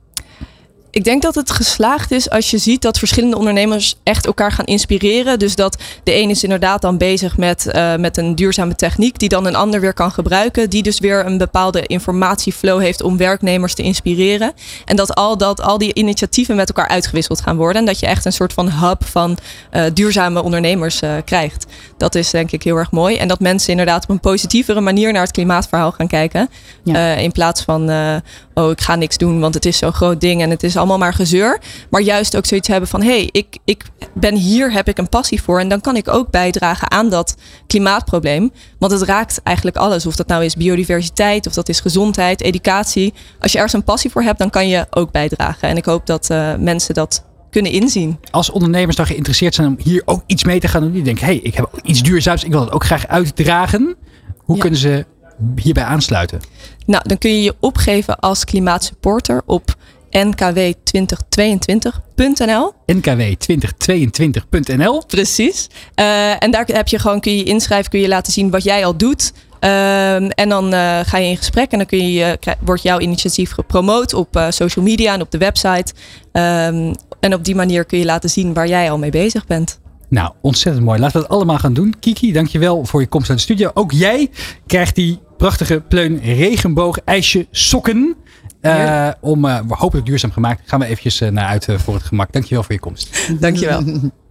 Ik denk dat het geslaagd is als je ziet dat verschillende ondernemers echt elkaar gaan inspireren. Dus dat de een is inderdaad dan bezig met, uh, met een duurzame techniek die dan een ander weer kan gebruiken. Die dus weer een bepaalde informatieflow heeft om werknemers te inspireren. En dat al, dat al die initiatieven met elkaar uitgewisseld gaan worden. En dat je echt een soort van hub van uh, duurzame ondernemers uh, krijgt. Dat is denk ik heel erg mooi. En dat mensen inderdaad op een positievere manier naar het klimaatverhaal gaan kijken. Ja. Uh, in plaats van, uh, oh ik ga niks doen want het is zo'n groot ding en het is allemaal maar gezeur. Maar juist ook zoiets hebben van, hé, hey, ik, ik ben hier, heb ik een passie voor. En dan kan ik ook bijdragen aan dat klimaatprobleem. Want het raakt eigenlijk alles. Of dat nou is biodiversiteit, of dat is gezondheid, educatie. Als je ergens een passie voor hebt, dan kan je ook bijdragen. En ik hoop dat uh, mensen dat kunnen inzien. Als ondernemers dan geïnteresseerd zijn om hier ook iets mee te gaan doen. Die denken, hé, hey, ik heb ook iets duurzaams. Ik wil dat ook graag uitdragen. Hoe ja. kunnen ze hierbij aansluiten? Nou, dan kun je je opgeven als klimaatsupporter op N K W twintig tweeëntwintig punt N L. N K W twintig tweeëntwintig punt N L. Precies. Uh, en daar heb je gewoon, kun je inschrijven, kun je laten zien wat jij al doet. Uh, en dan uh, ga je in gesprek en dan kun je, uh, wordt jouw initiatief gepromoot op uh, social media en op de website. Um, en op die manier kun je laten zien waar jij al mee bezig bent. Nou, ontzettend mooi. Laten we dat allemaal gaan doen. Kiki, dankjewel voor je komst naar de studio. Ook jij krijgt die prachtige Pleun regenboog ijsje sokken. Uh, om uh, hopelijk duurzaam gemaakt. Gaan we eventjes uh, naar uit uh, voor het gemak. Dankjewel voor je komst. Dankjewel.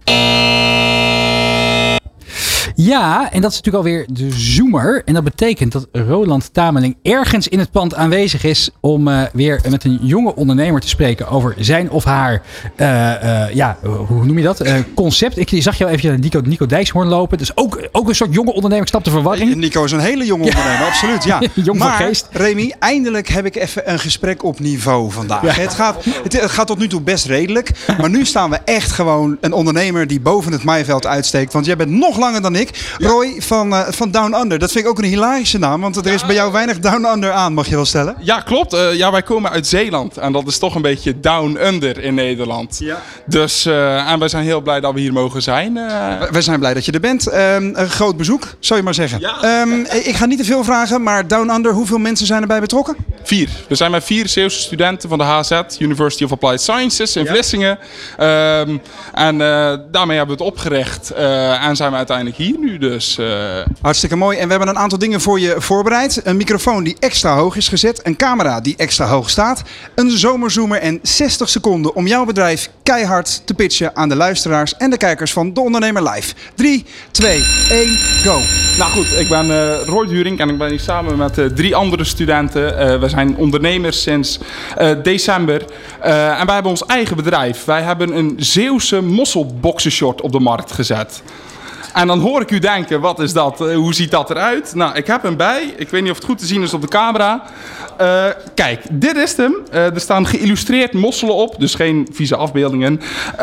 Ja, en dat is natuurlijk alweer de Zoomer. En dat betekent dat Roland Tameling ergens in het pand aanwezig is om uh, weer met een jonge ondernemer te spreken over zijn of haar, uh, uh, ja, hoe noem je dat? Uh, concept. Ik zag jou even naar Nico, Nico Dijkshoorn lopen. Dus ook, ook een soort jonge ondernemer. Ik snap de verwarring. Nico is een hele jonge ondernemer, ja. Absoluut. Ja. Jong maar, van geest. Remy, eindelijk heb ik even een gesprek op niveau vandaag. Ja. Het, gaat, het, het gaat tot nu toe best redelijk. Maar nu staan we echt gewoon een ondernemer die boven het maaiveld uitsteekt. Want jij bent nog langer dan ik. Ja. Roy van, uh, van Down Under. Dat vind ik ook een hilarische naam. Want er is ja. bij jou weinig Down Under aan, mag je wel stellen. Ja, klopt. Uh, ja, wij komen uit Zeeland. En dat is toch een beetje Down Under in Nederland. Ja. Dus, uh, en wij zijn heel blij dat we hier mogen zijn. Uh. Wij zijn blij dat je er bent. Um, een groot bezoek, zou je maar zeggen. Ja. Um, ik ga niet te veel vragen, maar Down Under, hoeveel mensen zijn erbij betrokken? Vier. We zijn met vier Zeeuwse studenten van de H Z, University of Applied Sciences in ja. Vlissingen. Um, en uh, daarmee hebben we het opgericht. Uh, en zijn we uiteindelijk hier nu. Dus, uh... Hartstikke mooi. En we hebben een aantal dingen voor je voorbereid. Een microfoon die extra hoog is gezet. Een camera die extra hoog staat. Een zomerzoomer en zestig seconden om jouw bedrijf keihard te pitchen aan de luisteraars en de kijkers van De Ondernemer Live. drie, twee, één, go. Nou goed, ik ben uh, Roy During en ik ben hier samen met uh, drie andere studenten. Uh, we zijn ondernemers sinds uh, december. Uh, en wij hebben ons eigen bedrijf. Wij hebben een Zeeuwse mosselboxershort op de markt gezet. En dan hoor ik u denken, wat is dat? Uh, hoe ziet dat eruit? Nou, ik heb hem bij. Ik weet niet of het goed te zien is op de camera. Uh, kijk, dit is hem. Uh, er staan geïllustreerd mosselen op, dus geen vieze afbeeldingen.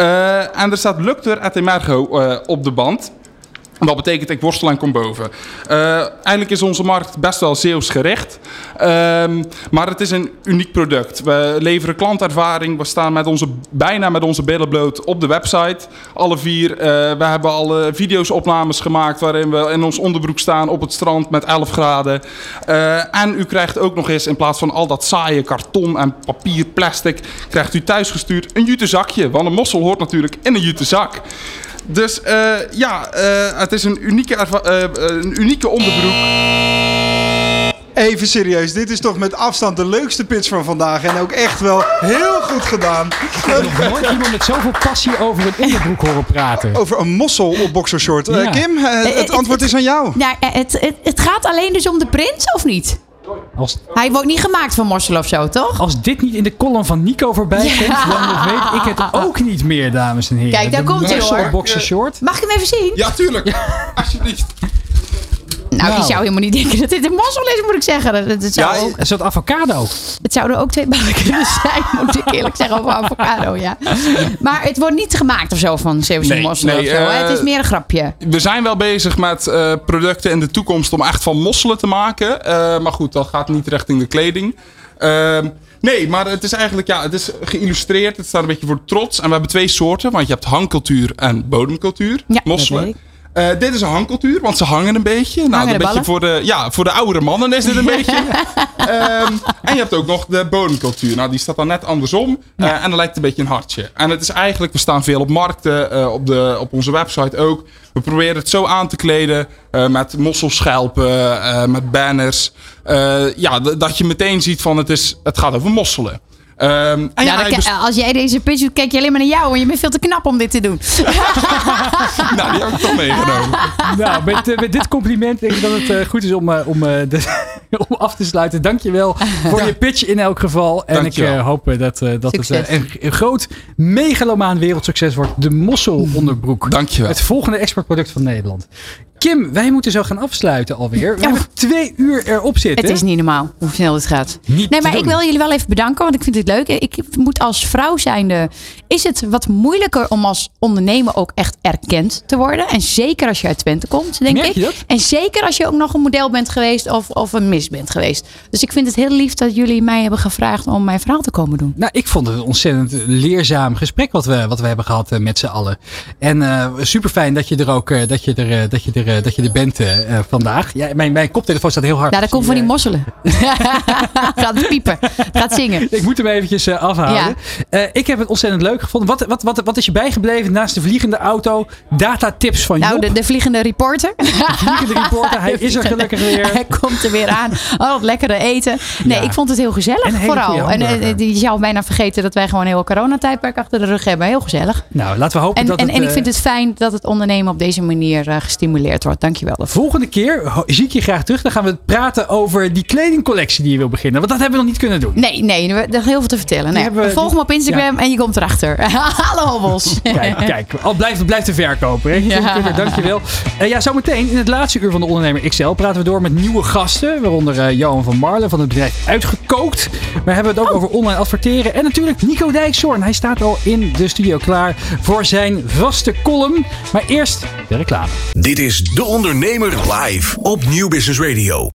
Uh, en er staat Luctor et emergo uh, op de band. Wat betekent ik worstel en kom boven. Uh, eigenlijk is onze markt best wel Zeeuws gericht. Uh, maar het is een uniek product. We leveren klantervaring. We staan met onze, bijna met onze billen bloot op de website. Alle vier. Uh, we hebben al uh, video's opnames gemaakt waarin we in ons onderbroek staan op het strand met elf graden. Uh, en u krijgt ook nog eens in plaats van al dat saaie karton en papier, plastic, krijgt u thuisgestuurd een jute zakje. Want een mossel hoort natuurlijk in een jute zak. Dus uh, ja, uh, het is een unieke, uh, een unieke onderbroek. Even serieus, dit is toch met afstand de leukste pitch van vandaag. En ook echt wel heel goed gedaan. Ik heb nog nooit iemand met zoveel passie over een onderbroek horen praten. Over een mossel op boxershort. Uh, ja. Kim, uh, het antwoord is aan jou. Ja, het, het, het gaat alleen dus om de prins, of niet? Als, Hij wordt niet gemaakt van mosselen of zo, toch? Als dit niet in de column van Nico voorbij komt, Ja. dan weet ik het ook niet meer, dames en heren. Kijk, daar de komt hij, hoor. Boxer short. Mag ik hem even zien? Ja, tuurlijk. Alsjeblieft. Nou, Nou. je zou helemaal niet denken dat dit een mossel is, moet ik zeggen. Dat, dat zou Ja, ook, een soort avocado. het zouden ook twee ballen kunnen zijn, moet ik eerlijk zeggen, over avocado, ja. Maar het wordt niet gemaakt of zo van Zeeuwse Nee, mosselen nee, of zo. hè? eh, Het is meer een grapje. We zijn wel bezig met uh, producten in de toekomst om echt van mosselen te maken. Uh, maar goed, dat gaat niet richting de kleding. Uh, nee, maar het is eigenlijk ja, het is geïllustreerd. Het staat een beetje voor trots. En we hebben twee soorten, want je hebt hangcultuur en bodemcultuur. Ja, mosselen. dat weet ik. Uh, dit is een hangcultuur, want ze hangen een beetje. Nou, Hangen een de beetje voor de, ja, voor de oudere mannen is dit een beetje. Um, en je hebt ook nog de bodemcultuur. Nou, die staat dan net andersom. Uh, en dan lijkt het een beetje een hartje. En het is eigenlijk, we staan veel op markten, uh, op, de, op onze website ook. We proberen het zo aan te kleden uh, met mosselschelpen, uh, met banners. Uh, ja, d- dat je meteen ziet van het, is, het gaat over mosselen. Um, en Ja, ja, dan hij ke- best- als jij deze pitch doet, kijk je alleen maar naar jou. Want je bent veel te knap om dit te doen. nou, die heb ik toch meegenomen. Nou, met, uh, met dit compliment denk ik dat het uh, goed is om, uh, om, uh, de, om af te sluiten. Dankjewel voor je pitch in elk geval. En Dankjewel. ik uh, hoop uh, dat, uh, dat het uh, Succes. een, een groot megalomaan wereldsucces wordt. De mosselonderbroek. Dankjewel. Het volgende exportproduct van Nederland. Kim, wij moeten zo gaan afsluiten alweer. We Ja. hebben twee uur erop zitten. Het is niet normaal hoe snel het gaat. Niet Nee, maar te ik doen. wil jullie wel even bedanken, want ik vind het leuk. Ik moet als vrouw zijnde, is het wat moeilijker om als ondernemer ook echt erkend te worden. En zeker als je uit Twente komt, denk Merk ik. je dat? En zeker als je ook nog een model bent geweest of, of een mis bent geweest. Dus ik vind het heel lief dat jullie mij hebben gevraagd om mijn verhaal te komen doen. Nou, ik vond het een ontzettend leerzaam gesprek wat we, wat we hebben gehad uh, met z'n allen. En uh, super fijn dat je er ook uh, dat je er, uh, dat je er, uh, dat je er bent uh, vandaag. Ja, mijn, mijn koptelefoon staat heel hard. Nou, dat komt van die mosselen. Gaat het piepen. Gaat zingen. Ik moet hem eventjes uh, afhouden. Uh, ik heb het ontzettend leuk gevonden. Wat, wat, wat, wat is je bijgebleven naast de vliegende auto? Datatips van Job. Nou, de, de vliegende reporter. De vliegende reporter. Hij De is er vliegende- gelukkig weer. Hij komt er weer aan. Oh, wat lekkere eten. Nee, Ja. ik vond het heel En gezellig een hele vooral. goede En hamburger. uh, die zou bijna vergeten dat wij gewoon een heel coronatijdperk achter de rug hebben. Heel gezellig. Nou, laten we hopen En, dat en, het... en ik uh, vind het fijn dat het ondernemen op deze manier uh, gestimuleerd wordt. Dankjewel daarvoor. Volgende keer ho- zie ik je graag terug. Dan gaan we praten over die kledingcollectie die je wil beginnen. Want dat hebben we nog niet kunnen doen. Nee, nee, er is heel veel te vertellen. Nee. hebben we- Volg me op Instagram Ja. en je komt erachter. Hallo hobbels. Kijk, kijk. Al blijft, blijft te verkopen. Hè? Ja. Dankjewel. Uh, ja, zometeen in het laatste uur van de Ondernemer X L praten we door met nieuwe gasten. Waaronder uh, Johan van Marlen van het bedrijf Uitgekookt. Maar hebben we het ook over online adverteren. En natuurlijk Nico Dijkshoorn. Hij staat al in de studio klaar voor zijn vaste column. Maar eerst de reclame. Dit is De Ondernemer live op Nieuw Business Radio.